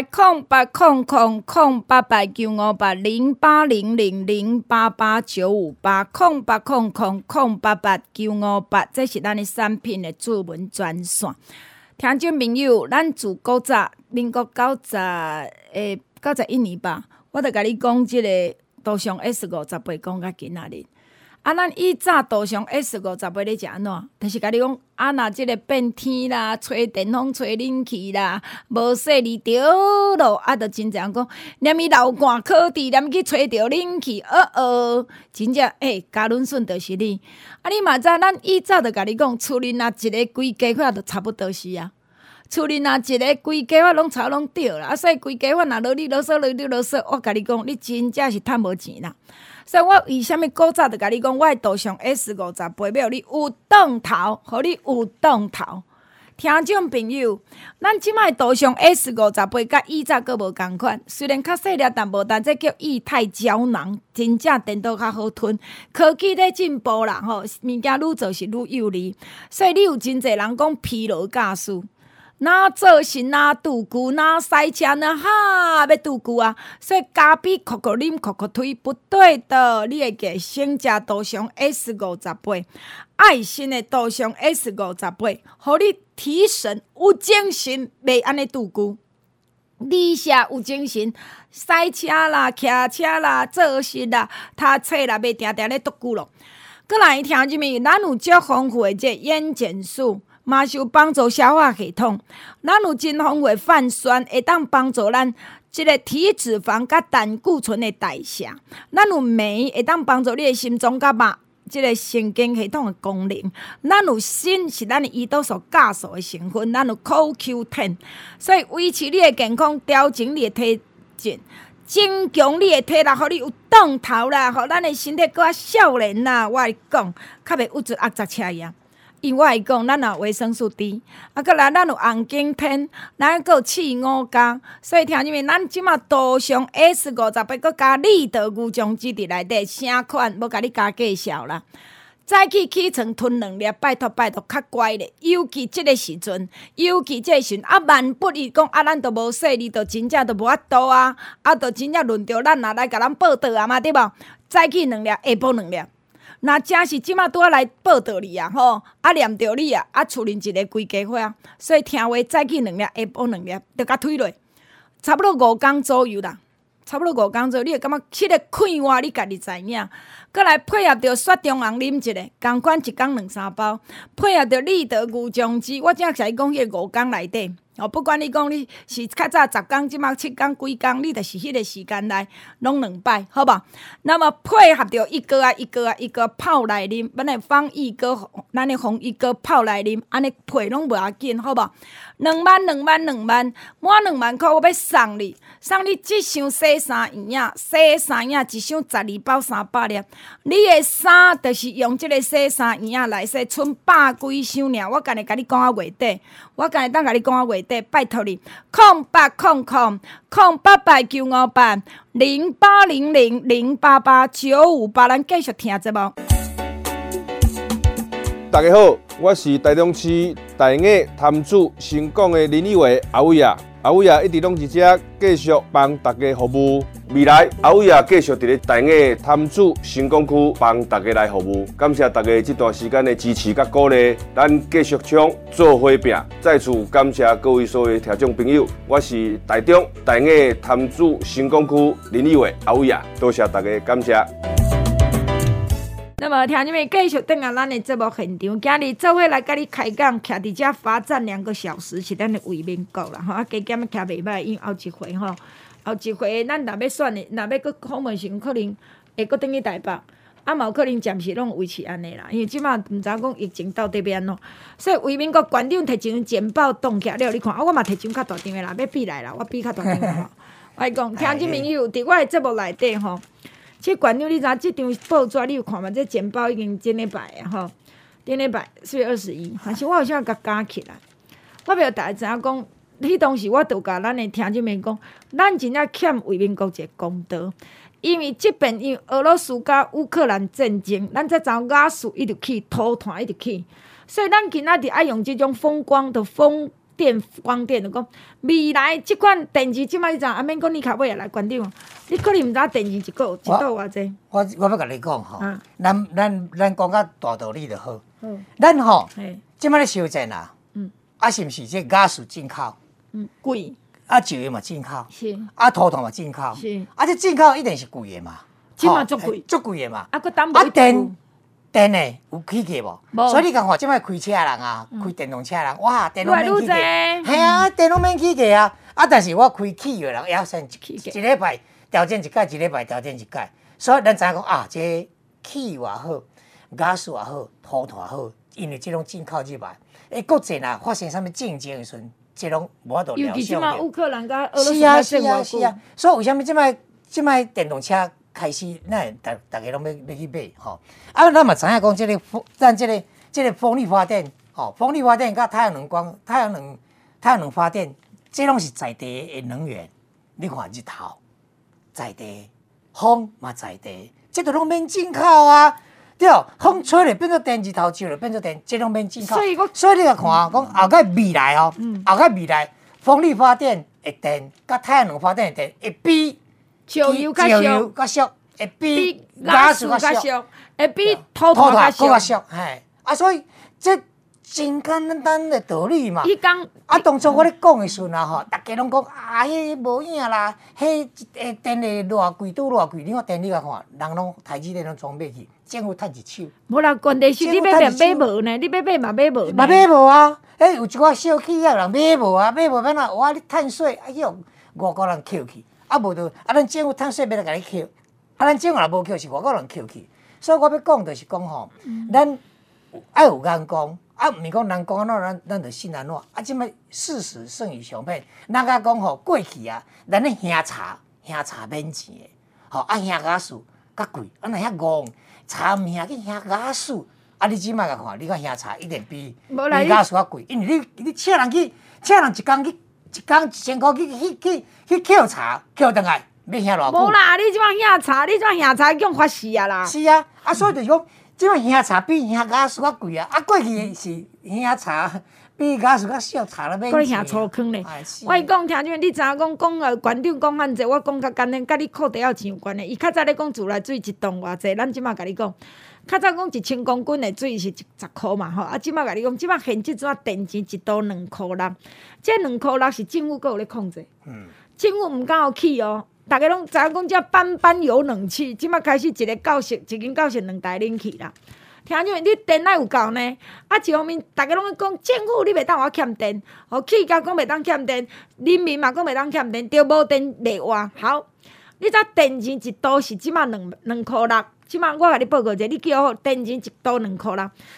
08000958088958088958，这是咱的产品的主文专线。听众朋友，咱自古早民国91年吧，我著甲你讲即个杜尚 S58讲到今仔日。啊，咱以早杜尚 S58咧是安怎？就是甲你讲，啊，若即个变天啦，吹电风、吹冷气啦，无说离着咯，啊，著真正讲，连伊流汗考试，连去吹着冷气，真正加仑顺就是你。啊，你嘛知，咱以早著甲你讲，厝里若一个规家伙，著差不多是啊。厝里若一个规家伙拢吵拢对啦，啊，所以规家伙若啰里啰嗦，我甲你讲，你真正是趁无钱啦。所以我为虾米古早就甲你讲，我的杜尚 S58要你有档头，互你有档头。听众朋友，咱即摆杜尚 S58甲以早佫无共款，虽然较细粒，但无但这叫液态胶囊，真正电脑较好吞。科技在进步啦，吼，物件愈做是愈有利，所以你有真侪人讲疲劳驾驶。哪做是哪拄久，哪塞车呢？要拄久啊！所以咖啡口啉，口推不对的，你会记先食杜尚 S58，爱心的杜尚 S58，互你提神有精神，袂安尼拄久。 理社有精神，赛车啦、骑车啦、做事啦、读册啦，袂定定咧读久咯。过来听入面，咱有足丰富的这眼检素，嘛是有帮助消化系统。咱有真丰富的泛酸，会当帮助咱即个体脂肪甲胆固醇的代谢。咱有镁，会当帮助你的心脏甲肉。即个神经系统的功能，咱有锌是咱的胰岛素酵素的成分，咱有 CoQ10， 所以维持你的健康，调整你的体质，增强你的体力，互你有动头啦，互咱的身体搁较少年啦。我来讲，较袂郁出压杂车样。因为我来讲，咱有维生素 D， 过来咱有红景天，咱搁有刺五加，所以听入面，咱即马多上 S58，搁加利德牛樟脂伫内底，啥款要甲你加介绍啦。早起床吞2粒，拜托，较乖咧。尤其即个时阵，万不伊讲咱都无说，你就真正都无法度啊，就真正轮到咱来甲咱报道啊嘛，对无？早起2粒，下晡2粒。那真是即马拄仔来报道你啊吼，念着你啊，厝恁一个规家伙啊，所以听话早起2粒，下晡2粒，着甲推落，差不多5工左右啦。你会感觉迄个快活，你家己知影。过来配合着雪中红啉一个，共款1工2-3包，配合着利德牛樟脂，我正是讲迄个5工内底。不管你讲你是较早10工，即马7工几工，你就是迄个时间内拢2摆，好无？那么配合着一个泡来啉，咱的方益哥，咱的红益哥泡来啉，安尼配拢无要紧，好无？2万，满2万块，我要送你即箱洗衫液一箱12包300粒。你的衫就是用即个洗衫液来洗，剩100几箱尔。我今日甲你讲啊月底，拜托你0800-958-0800-088-958，咱继续听节目。 大家好，我是台中市大雅潭子成功的林立伟阿伟啊。阿伟啊，一直拢是只继续帮大家服务。未来阿伟啊，继续伫咧大雅潭子成功区帮大家来服务。感谢大家这段时间的支持甲鼓励，咱继续冲做伙拼。再次感谢各位所有听众朋友，我是台中大雅潭子成功区林立伟阿伟啊，多谢大家，感谢。 那么，听你们继续登来咱的节目现场，今日做伙来甲你开讲，徛伫遮罚站2个小时是咱的卫冕国啦，吼，加减徛袂歹，因为后一回咱若要选的，若要搁访问时，可能会搁转去台北，嘛有可能暂时拢维持安尼啦，因为即马毋知讲疫情到底要安怎，所以卫冕国馆长摕一张简报动起来了，你看，我嘛摕张较大张的啦，要比来啦，我比较大张的吼。我讲，听众朋友，伫我的节目内底吼。这馆长，你知影这张报纸你有看吗？这简报已经顶礼拜啊，吼，顶礼拜4月21，但是我好像甲加起来。我袂大家知影讲，迄当时我就甲咱的听众们讲，咱真正欠卫冕国一个功德，因为即边因为俄罗斯甲乌克兰战争，咱才遭亚述一直起，土团一直起，所以咱今仔日爱用这种风光就讲未来即款电视即摆你知免讲你卡尾也来关掉，你可能毋知电视一个一倒偌济。我要甲你讲吼，咱讲较大道理就好。咱吼，即摆咧修正啊，是毋是这亚述进口？ 贵。 石油嘛进口， 是。 土团嘛进口， 是。 这进口一定是贵的嘛， 即嘛足贵的嘛。 佫担无。 电呢有起价无？所以你讲吼，即摆开车人啊，开电动车人，哇，电拢免起价，系啊，电拢免起价啊。但是我开汽油人要先一礼拜调整一届，一礼拜调整一届。所以咱知影讲啊，这汽油也好，亚述也好，土团也好，因为这种进口入来，国际若发生啥物战争的时阵，这种无法度料想。尤其即马乌克兰甲俄罗斯在戦是啊。所以为什么即摆电动车？开始，咱大家拢要去买吼。咱嘛知影讲，咱这个风力发电，风力发电甲太阳能发电，这拢是在地的能源。你看日头，在地，风嘛在地，这都拢免进口啊。对，风吹了变做电，日头照了变做电，这拢免进口。所以你来看，讲后个未来后个未来，风力发电的电甲太阳能发电的电会比。石油较俗，会比亚述较俗， 会比土团较俗， 嘿。所以这真简单的道理嘛。 伊讲当初我咧讲的时阵啊，大家拢讲啊，迄无影啦，迄电力偌贵拄偌贵，你看电力啊看，人拢台积电拢装买去，政府趁一手。 无啦，关键是你要买无呢？你要买嘛买无？ 嘛买无啊！有一寡小企业人买无啊，买无变哪？我你趁税啊，去外国人扣去，无就咱政府趁税要来甲你扣，咱政府若无扣是外国人扣去。所以我要讲就是讲吼，咱爱有眼光。毋是讲人讲安怎，咱就信安怎。即摆事实胜于雄辩。人家讲吼，过去啊，咱咧兄茶免钱的，兄家树较贵，咱遐戆茶毋兄去兄家树。你即摆甲看，你看兄茶一定比兄家树较贵，因为你请人一工1000块去抾茶，抾倒来要兄偌久？ 无啦，你即摆兄茶叫发死啊啦！ 是啊，所以就是讲。即摆兄茶比兄家树较贵啊！过去是兄茶比家树较少，茶了免钱。 搁兄粗坑咧！我讲听种，你知影讲馆长讲安济，我讲较简单，甲你扣地要钱有关的。伊较早咧讲自来水一吨偌济，咱即摆甲你讲，较早讲1000公斤的水是10箍嘛吼，即摆甲你讲，即摆现即阵电钱1度2箍6，这2箍6是政府搁有咧控制。政府毋敢有起哦。大家拢知影讲，这班有冷气，即摆开始一间教室2台冷气啦。听种，你电哪有够呢？一方面，大家拢讲政府你袂当我欠电，企业讲袂当欠电，人民嘛讲袂当欠电，着无电袂活。好，你知电钱1度是即摆2箍6，即摆我甲你报告者，你记好，电钱1度2箍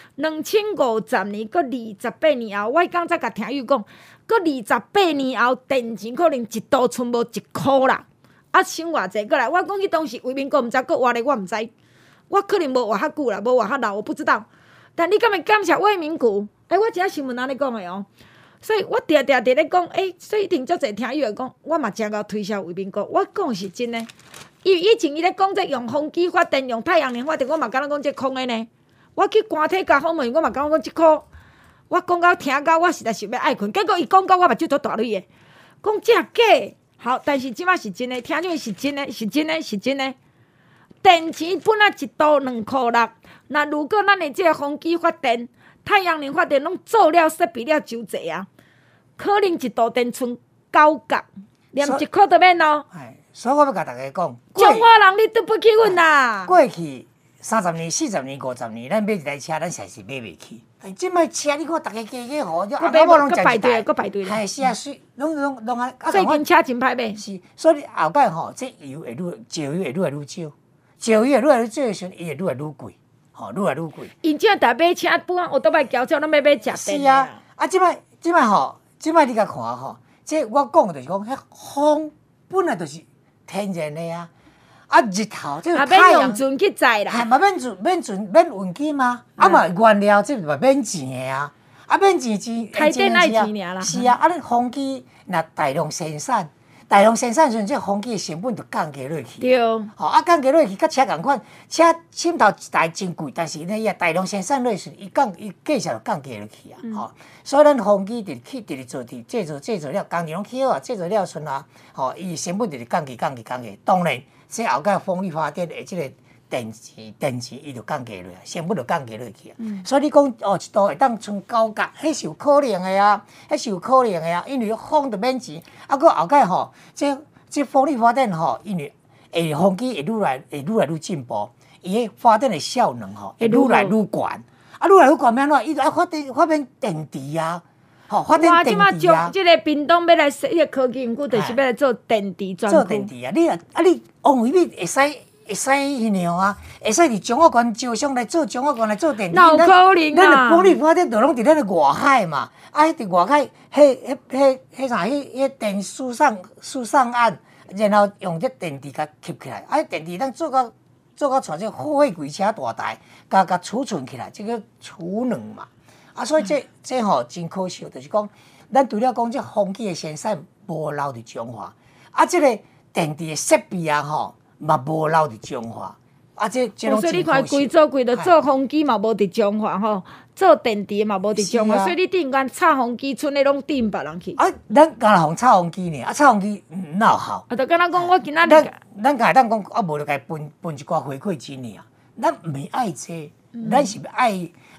6，2050年搁28年后，我刚才甲听友讲，搁28年后，电钱可能1度剩无1箍啦。省偌济过来，我讲迄当时为民国毋知搁活咧，我毋知，我可能无活较久啦，无活较老，我不知道。但你敢会感谢魏明谷？我只新闻安尼讲的哦。所以我定咧讲，所以一定足侪听友会讲，我嘛真够推销魏明谷。我讲是真诶，以前伊咧讲这用风机发电、用太阳能发电，我嘛敢若讲这空诶呢。我去官体甲访问，我嘛敢讲即箍，我讲到听到我实在是要爱困。结果伊讲到我目睭都大蕊诶，讲这假。好，但是即摆是真诶，听种是真诶，是真诶，是真诶。电钱本来1度2箍6，那如果咱诶即个风机发电、太阳能发电拢做了设备了就济啊，可能1度电剩9角，连1箍都免咯。 所以我要甲大家讲， 中华人你对不起阮啦。 过去30年、40年、50年，咱买一台车，咱实是买袂起。即摆车，你看大家加好，阿某拢排队，搁排队。 是啊，拢啊。 最近车真歹买。 是，所以后摆吼，这油会石油会愈来愈少，石油会愈来愈少的时阵，伊会愈来愈贵，愈来愈贵。 因即大买车，不管我都买轿车，拢要买食电。 是啊，即摆你甲看吼，这我讲的就是讲，迄风本来就是天然的啊。日头这个太阳， 用船去载啦， 嘛免运金嘛，嘛原料这嘛免钱的啊，免钱， 开店爱钱尔啦。 是啊，你风机若大量生产时阵，这风机的成本就降低落去。 对。 降低落去，甲车共款，车芯头一台真贵，但是呢，伊大量生产落时，伊价钱就降低落去啊。所以咱风机直直做制作了，工人拢起好啊，制作了顺啊，伊成本直直降低。当然。这后盖风力发电的即个电池，伊就降低落，成本就降低落去啊。所以你讲1度会当剩9角，迄是有可能的啊，因为风就免钱，搁后盖这风力发电因为风机会愈来愈进步，伊个发电的效能会愈来愈悬，愈来愈悬免怎？伊就爱发电电池啊。发电电池啊！ 我即马即个屏东要来设迄个科技园区，就是要来做电池专区。 做电池啊！你王维你会使迄样啊？会使伫中华县招商来做中华县来做电池。 哪有可能啊？ 咱的风力发电都拢伫咱的外海嘛，伫外海迄啥？迄电输送岸，然后用这电池甲吸起来，电池咱做到像这货柜车大台，甲储存起来，这个储能嘛。所以这吼真可惜，就是讲，咱除了讲这风机的生产无留伫中华，这个电池的设备啊嘛无留伫中华，这种所以你看规都做风机嘛无伫中华吼，做电池嘛无伫中华，所以你顶间插风机村的拢顶别人去。 咱敢若互插风机呢？插风机哪有效？ 就敢若讲我今仔日， 咱敢当讲无就该分一寡回馈金尔，咱毋是爱这，咱是爱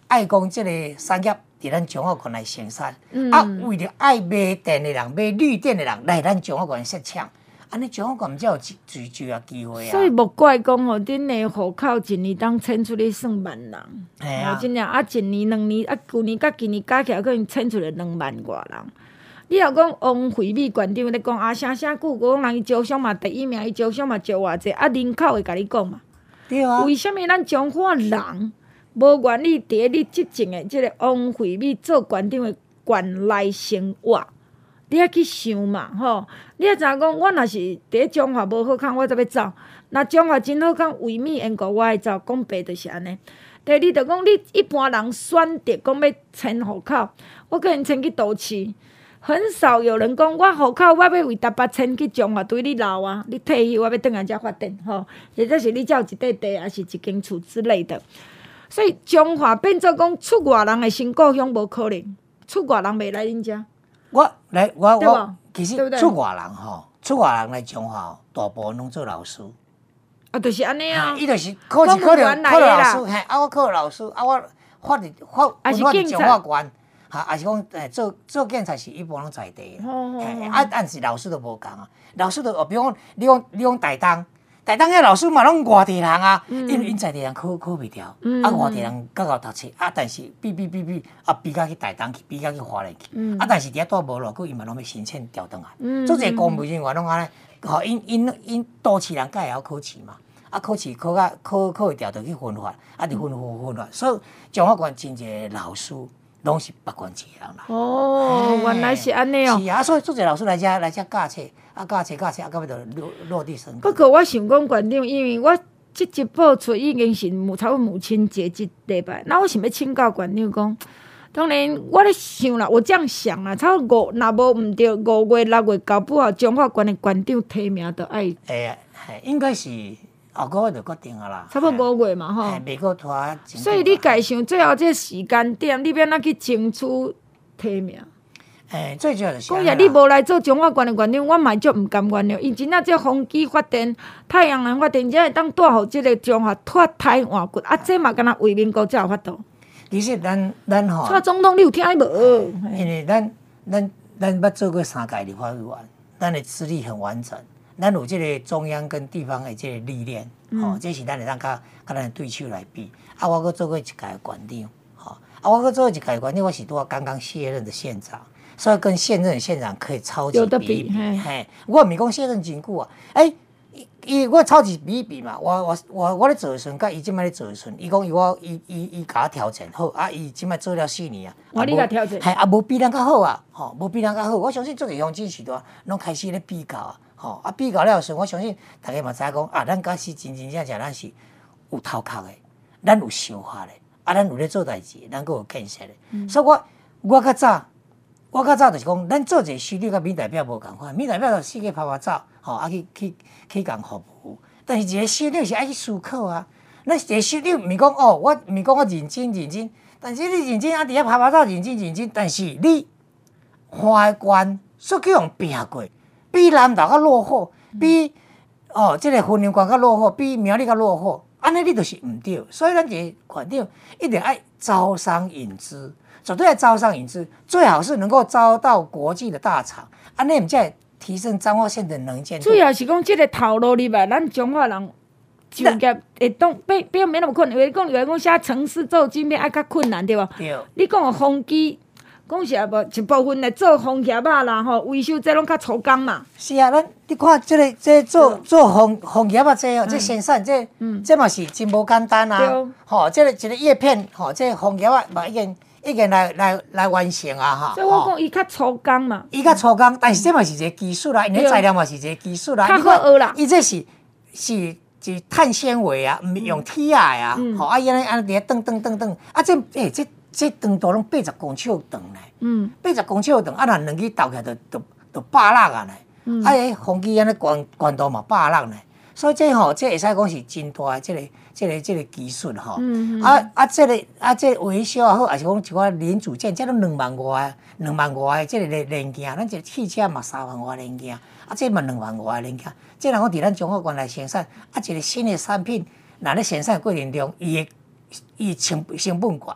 爱讲即个产业伫咱中华县来生产，为着爱卖电的人、卖绿电的人来咱中华县设厂，安尼中华县才有就业机会啊。 所以莫怪讲吼，恁的户口一年当迁出去算万人， 系啊， 真正一年2年旧年甲今年加起来可能迁出来2万外人。你若讲王惠美县长咧讲啥久，讲人伊招商嘛第1名，伊招商嘛招偌济，人口会甲你讲嘛？ 对啊。 为什么咱中华人无愿意伫你执政的即个王惠美做县长的县内生活？你爱去想嘛，吼！你爱知影讲，我若是伫中华无好康，我才要走；若中华真好康，为免缘故，我爱走。讲白就是安尼。第二，就讲你一般人选择讲要迁户口，我可能迁去都市，很少有人讲我户口我要为台北迁去中华，对你老啊，你退休我要转来遮发展，吼，或者是你才有一块地，还是一间厝之类的。所以中华变做讲出外人的新故乡无可能，出外人袂来恁遮。 我其实对不对出外人吼，出外人来中华吼，大部分拢做老师。 啊，就是安尼啊。 伊就是考到老师，嘿，我考老师，我发伫中华县，也是讲做警察是一般拢在地的，但是老师都无共啊。老师都比如讲，你讲台东遐老师嘛拢外地人啊，因为因在地人考袂掉，外地人较读册，但是比较去台东去，比较去花莲去，但是伫遐住无落，伊嘛拢要申请调转来。做一个公务人员拢安尼，吼，因都市人会晓考试嘛，考试考会调就去分发，就分发，所以中华县真侪老师拢是北县市的人啦。 哦，原来是安尼哦。 是啊，所以做侪老师来遮教册。教册，到尾就落地生根。 不过我想讲县长，因为我即集播出已经是差不多母亲节即礼拜，那我想要请教县长讲，当然我咧想啦，我这样想啦，差不多若无毋对5月、6月搞不好中华县的县长提名就爱。 应该是后个月就决定啊啦。 差不多5月嘛，吼。 袂过拖。 所以你家想最后这时间点，你要哪去争取提名？ 最主要就是讲也你无来做中华县的县长，我嘛足毋甘愿了。因真正这风机发电、太阳能发电，才会当带互即个中华脱胎换骨。这嘛敢若为民国才有法度。 其实咱吼， 蔡总统你有听无？ 因为咱捌做过3届立法委员，咱的资历很完整，咱有即个中央跟地方的即个历练，这是咱会当甲咱的对手来比。我阁做过1届县长，我阁做过1届县长，我是拄刚刚卸任的县长。所以跟现任的县长可以超级比一比，我毋是讲卸任真久啊，我超级比一比嘛，我咧做的时阵，甲伊即摆咧做的时阵，伊讲伊甲我挑战好，伊即摆做了4年啊， 你甲挑战， 无比咱较好啊，无比咱较好，我相信做个乡亲时代拢开始咧比较啊，比较了时，我相信大家嘛知影讲咱假使真正咱是有头壳的，咱有想法的，咱有咧做代志，咱阁有建设的，所以我较早。就是讲，咱做一个市长甲民代表无共款，民代表就四界拍拍走，去共服务。但是一个市长是爱去思考啊。咱一个市长毋是讲我毋是讲我认真，但是你认真伫遐拍拍走认真，但是你花的县所去用拼过，比南投较落后，比即个云林县较落后，比苗栗较落后，安尼你就是毋对。所以咱一个县长一定爱招商引资。绝对要招商引资，最好是能够招到国际的大厂，安尼才提升彰化县的能见度。 主要是讲这个头路入来，咱中华人就业会当比较没那么困难。因为讲写城市做金面爱较困难，对无？ 对。 你讲个风机，讲实在无一部分来做风叶仔啦，吼维修这拢较粗工嘛。 是啊，你看这做风叶仔这生产这嘛是真无简单啊。吼，这个一个叶片，吼，这风叶仔嘛已经来完成啊！哈， 所以我讲伊较粗工嘛， 伊较粗工，但是这嘛是一个技术啦，因为材料嘛是一个技术啦。 较好学啦， 伊这是碳纤维啊，毋是用铁啊呀，吼，伊安尼伫遐这长度拢80公尺长呢，80公尺长，若两支斗起来就160啊呢，迄风机安尼悬度嘛160呢，所以这会使讲是真大的这个技术吼，这维修也好，也是讲一寡零组件，这都2万外的这个零件，咱这汽车嘛3万外零件，这嘛2万外的零件，这若讲伫咱中华县来生产，一个新的产品，若咧生产过程中，伊成本悬，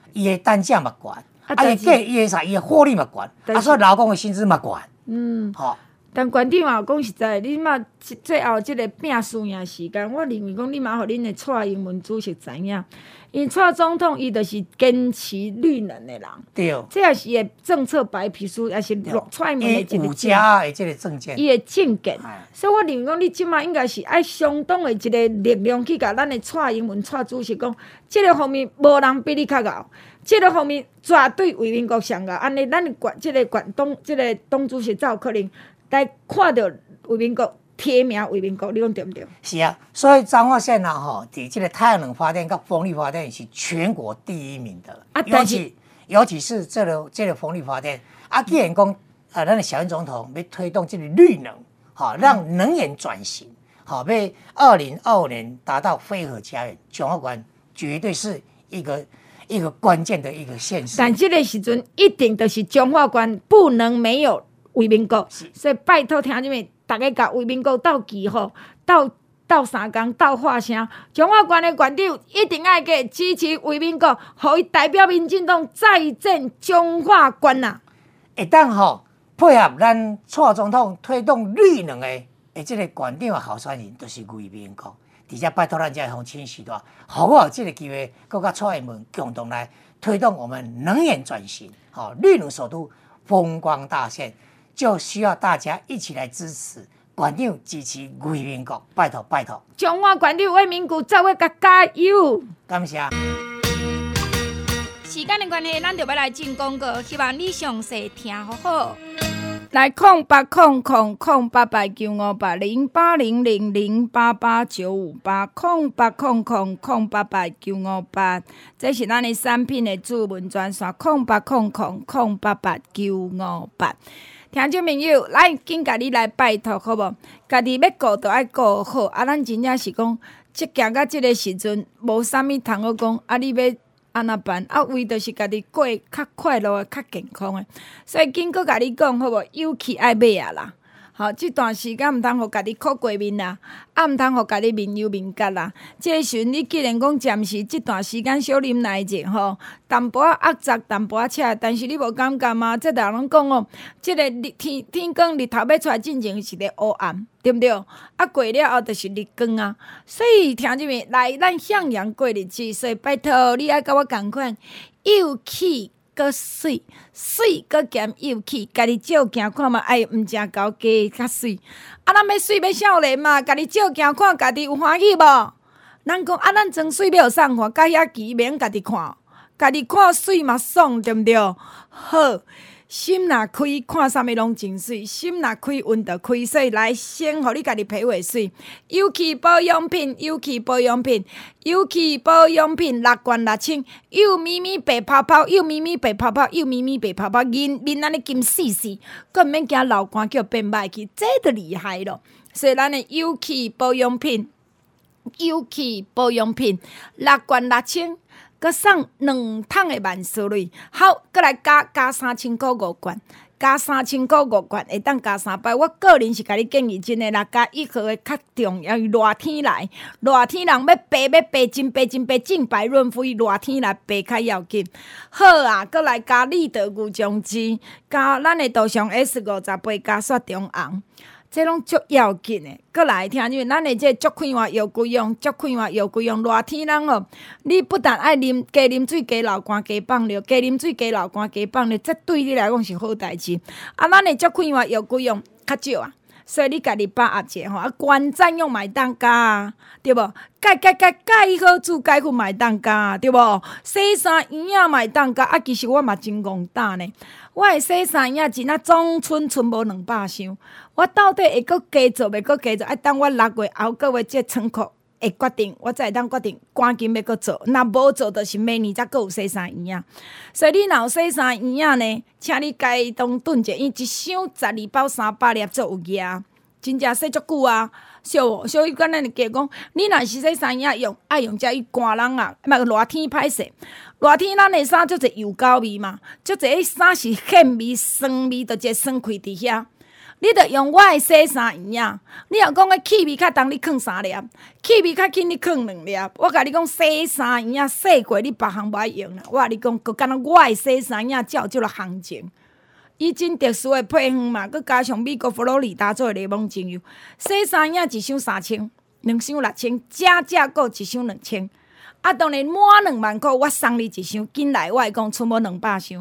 伊的单价嘛悬， 但是伊的啥，伊的获利嘛悬，所以劳工的薪资嘛悬，吼。 但馆长嘛讲实在，你嘛最后即个拼输赢时间，我认为讲你嘛互恁的蔡英文主席知影，因为蔡总统伊就是坚持绿能的人， 对， 这也是伊的政策白皮书，也是蔡英文的一个 5家的这个证件， 伊的政见。所以我认为讲，你即马应该是爱相当的一个力量去甲咱的蔡英文蔡主席讲，即个方面无人比你较敖。即个方面绝对为民国上个，安尼咱即个党主席才有可能来看到为民国提名为民国，你讲对不对？ 是啊，所以彰化县啊，伫即个太阳能发电跟风力发电是全国第1名的，尤其是这个风力发电啊，既然讲咱的小英总统要推动这个绿能，让能源转型，要2025年达到非核家园，彰化县绝对是一个关键的一个县市。 但这个时阵一定就是彰化县不能没有为民国，所以拜托听众们，大家甲为民国斗旗号，斗3工，斗发声。彰化县的县长一定爱给支持为民国，互伊代表民进党再战彰化县啊！ 会当配合咱蔡总统推动绿能的这个县长候选人，就是为民国。而且拜托咱这乡亲时代，好不好？这个机会，各甲蔡英文共同来推动我们能源转型，绿能首都风光大县，就需要大家一起来支持，县长支持为民国，拜托拜托。 彰化县长为民国，再会甲加油！ 感谢。 时间的关系，咱就要来进广告，希望你详细听好好。 来0800-088958，0800-088958，这是咱的产品的主文专线0800-088958。听众朋友，来紧甲你来拜托好无？家己要顾就爱顾好，啊，咱真正是讲，行到即个时阵，无啥物通好讲，啊，你要安那办？啊，为就是家己过较快乐、较健康的，所以紧搁甲你讲好无？勇气爱买啊啦！好，这段时间毋通互家己苦过面啦，啊，毋通互家己面忧面结啦。这个时阵，你既然讲暂时这段时间小啉奶者吼，淡薄仔压杂，淡薄仔赤，但是你无感觉吗？这大人讲哦，这个天光日头要出来进前是咧黑暗，对不对？啊，过了后就是日光啊。所以听众们，来咱向阳过日子，所以拜托你爱甲我共款，勇气。搁水，水搁兼幼气，家己照镜看嘛，哎，毋正高加较水。啊，咱要水要少年嘛，家己照镜看，家己有欢喜无？咱讲啊，咱装水要有送看，甲遐奇免家己看，家己看水嘛爽，对毋对？好，心若开，看啥物拢真水；心若开，运就开。所以来先，互你家己皮肤水。有气保养品，有气保养品，有气保养品，6罐6千，又咪咪白泡泡，又咪咪白泡泡，又咪咪白泡泡，面安尼金细细，佫毋免惊老干叫变歹去，这就厉害咯。所以咱的有气保养品，有气保养品，6罐6千。佮送2桶的万寿蕊，好，佮来加3000块5罐，加3000块5罐，会当加3摆。我个人是甲你建议，真诶啦，加1号的较重要。热天来，热天人要白真白净白润肤，热天来白较要紧。好啊，佮来加立德牛浆汁，加咱的杜尚 S58加雪中红。这拢足要紧的，搁来听因为咱的这足快活药规用，足快活药规用。热天人哦，你不但爱加啉水，加流汗，加放尿，加啉水，加流汗，加放尿，这对你来讲是好代志。啊，咱的足快活药规用较少啊，所以你家己把握者吼，啊，关占用买当加啊，对无？钙好煮钙粉买当加，对无？洗衫衣仔买当加，啊，其实我嘛真戆胆呢。我的洗衫衣钱啊，总剩无200箱。我到底会搁加做，袂搁加做？爱等我6月后个月这仓库会决定，我才会当决定赶紧要搁做。若无做，就是明年才搁有洗衫衣啊。所以你若有洗衫衣啊呢，请你家当炖者，因一箱12包300粒做有额，真正洗足久啊。所以咱的加讲，你若是洗衫衣用，爱用遮伊寒人啊，热天歹势。热天咱的衫足侪油膏味嘛，足侪衫是咸味、酸味，就一个酸气伫遐。 你着用我的洗衫圆啊！你若讲个气味较重，你放3粒；气味较轻，你放2粒。我甲你讲，洗衫圆啊，洗过你别项无爱用啦。我甲你讲，佮敢若我的洗衫圆才有即落行情。伊真特殊的配方嘛，佮加上美国佛罗里达做的柠檬精油，洗衫圆一箱3000，2箱6000，正正够一箱2000。啊，当然满2万块，我送你一箱，紧来我会讲出无200箱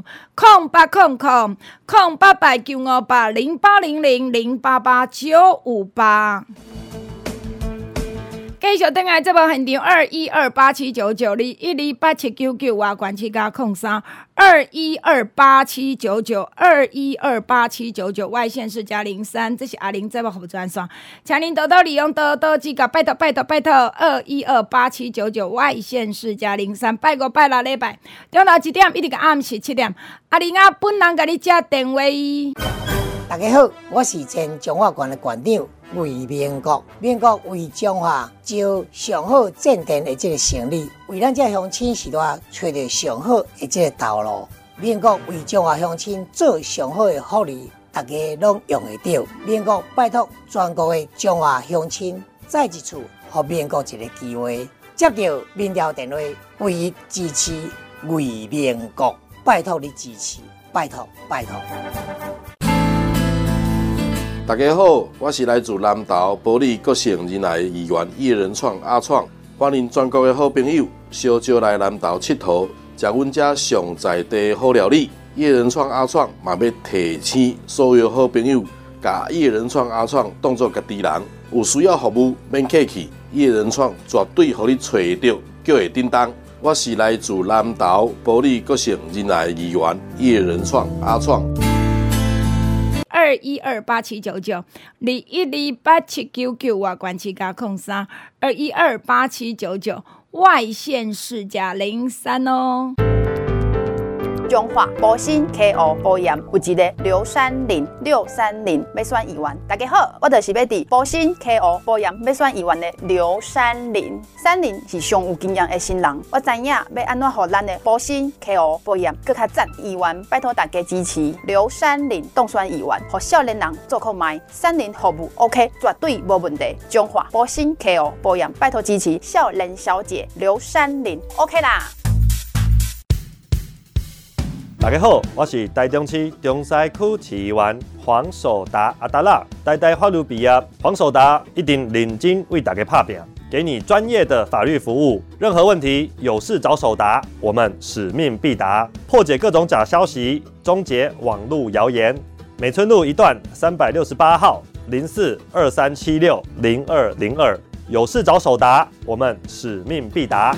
，0800-958-0800-0888-958。继续等来这部现场212879921287799外关七加03 212879921287799外线是加03，这是阿玲这部服务专线，请您多多利用多多指教，拜托2128799外线是加03，拜5拜6礼拜，中昼1点一直到暗时7点，阿玲啊本人甲你接电话。 大家好，我是前中华县的县长魏明国。民国为中华招上好正电的这个成立，为咱这乡亲时代找到上好的这个道路。民国为中华乡亲做上好的福利，大家拢用得到。民国拜托全国的中华乡亲，再一次给民国一个机会，接到民调电话，唯一支持魏明国，拜托你支持，拜托拜托。 大家好，我是来自南投保利国姓仁爱议员叶仁创阿创，欢迎全国的好朋友小招来南投佚佗，食阮遮上在地好料理。叶仁创阿创嘛要提醒所有好朋友，甲叶仁创阿创当作家己人，有需要服务免客气，叶仁创绝对互你找到，叫会叮当。我是来自南投保利国姓仁爱议员叶仁创阿创。 212879921287799外关七加03 2128799外线是加03哦。 中华保险 KO 保险有一个630要选议员，大家好，我就是要伫保险 KO 保险要选议员的630。30是上有经验的新人，我知影要安怎让咱的保险 KO 保险更较赞。议员拜托大家支持630当选议员，让少年人做购买，30服务 OK， 绝对无问题。中华保险 KO 保险拜托支持少年小姐630 OK 啦。 大家好，我是台中市中西区市议员黄守达阿达拉，台大法律毕业，黄守达一定认真为大家拍拼，给你专业的法律服务。任何问题有事找守达，我们使命必达，破解各种假消息，终结网络谣言。美村路一段368号0423760202，有事找守达，我们使命必达。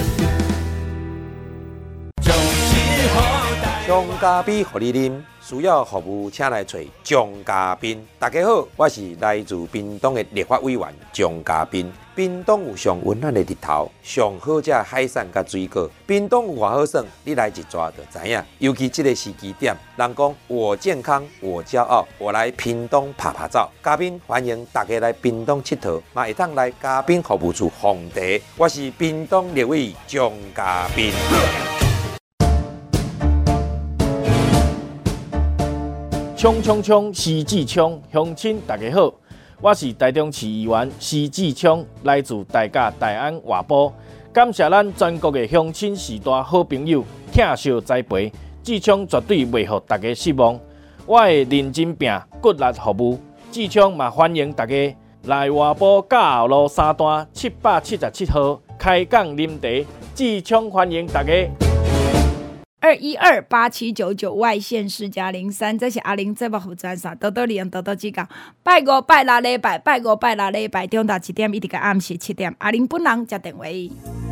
张嘉宾互你啉，需要服务请来找张嘉宾。大家好，我是来自屏东的立法委员张嘉宾。屏东有上温暖的日头，上好食海产甲水果。屏东有偌好耍，你来一抓就知影。尤其这个时机点，人讲我健康我骄傲，我来屏东拍拍照。嘉宾欢迎大家来屏东佚佗，嘛会当来嘉宾服务处奉茶。我是屏东立委张嘉宾。 冲冲冲！施志聪，乡亲大家好，我是台中市议员施志聪，来自大甲大安外埔，感谢咱全国的乡亲时代好朋友疼惜栽培，志聪绝对袂互大家失望，我会认真拼，骨力服务。志聪嘛欢迎大家来外埔嘉后路3段777号开讲啉茶，志聪欢迎大家。 2128799外线是加03，这是阿玲这部服务专线，多多利用多多指教。拜5拜6礼拜，拜5拜6礼拜，中昼1点一直到暗时7点，阿玲本人接电话。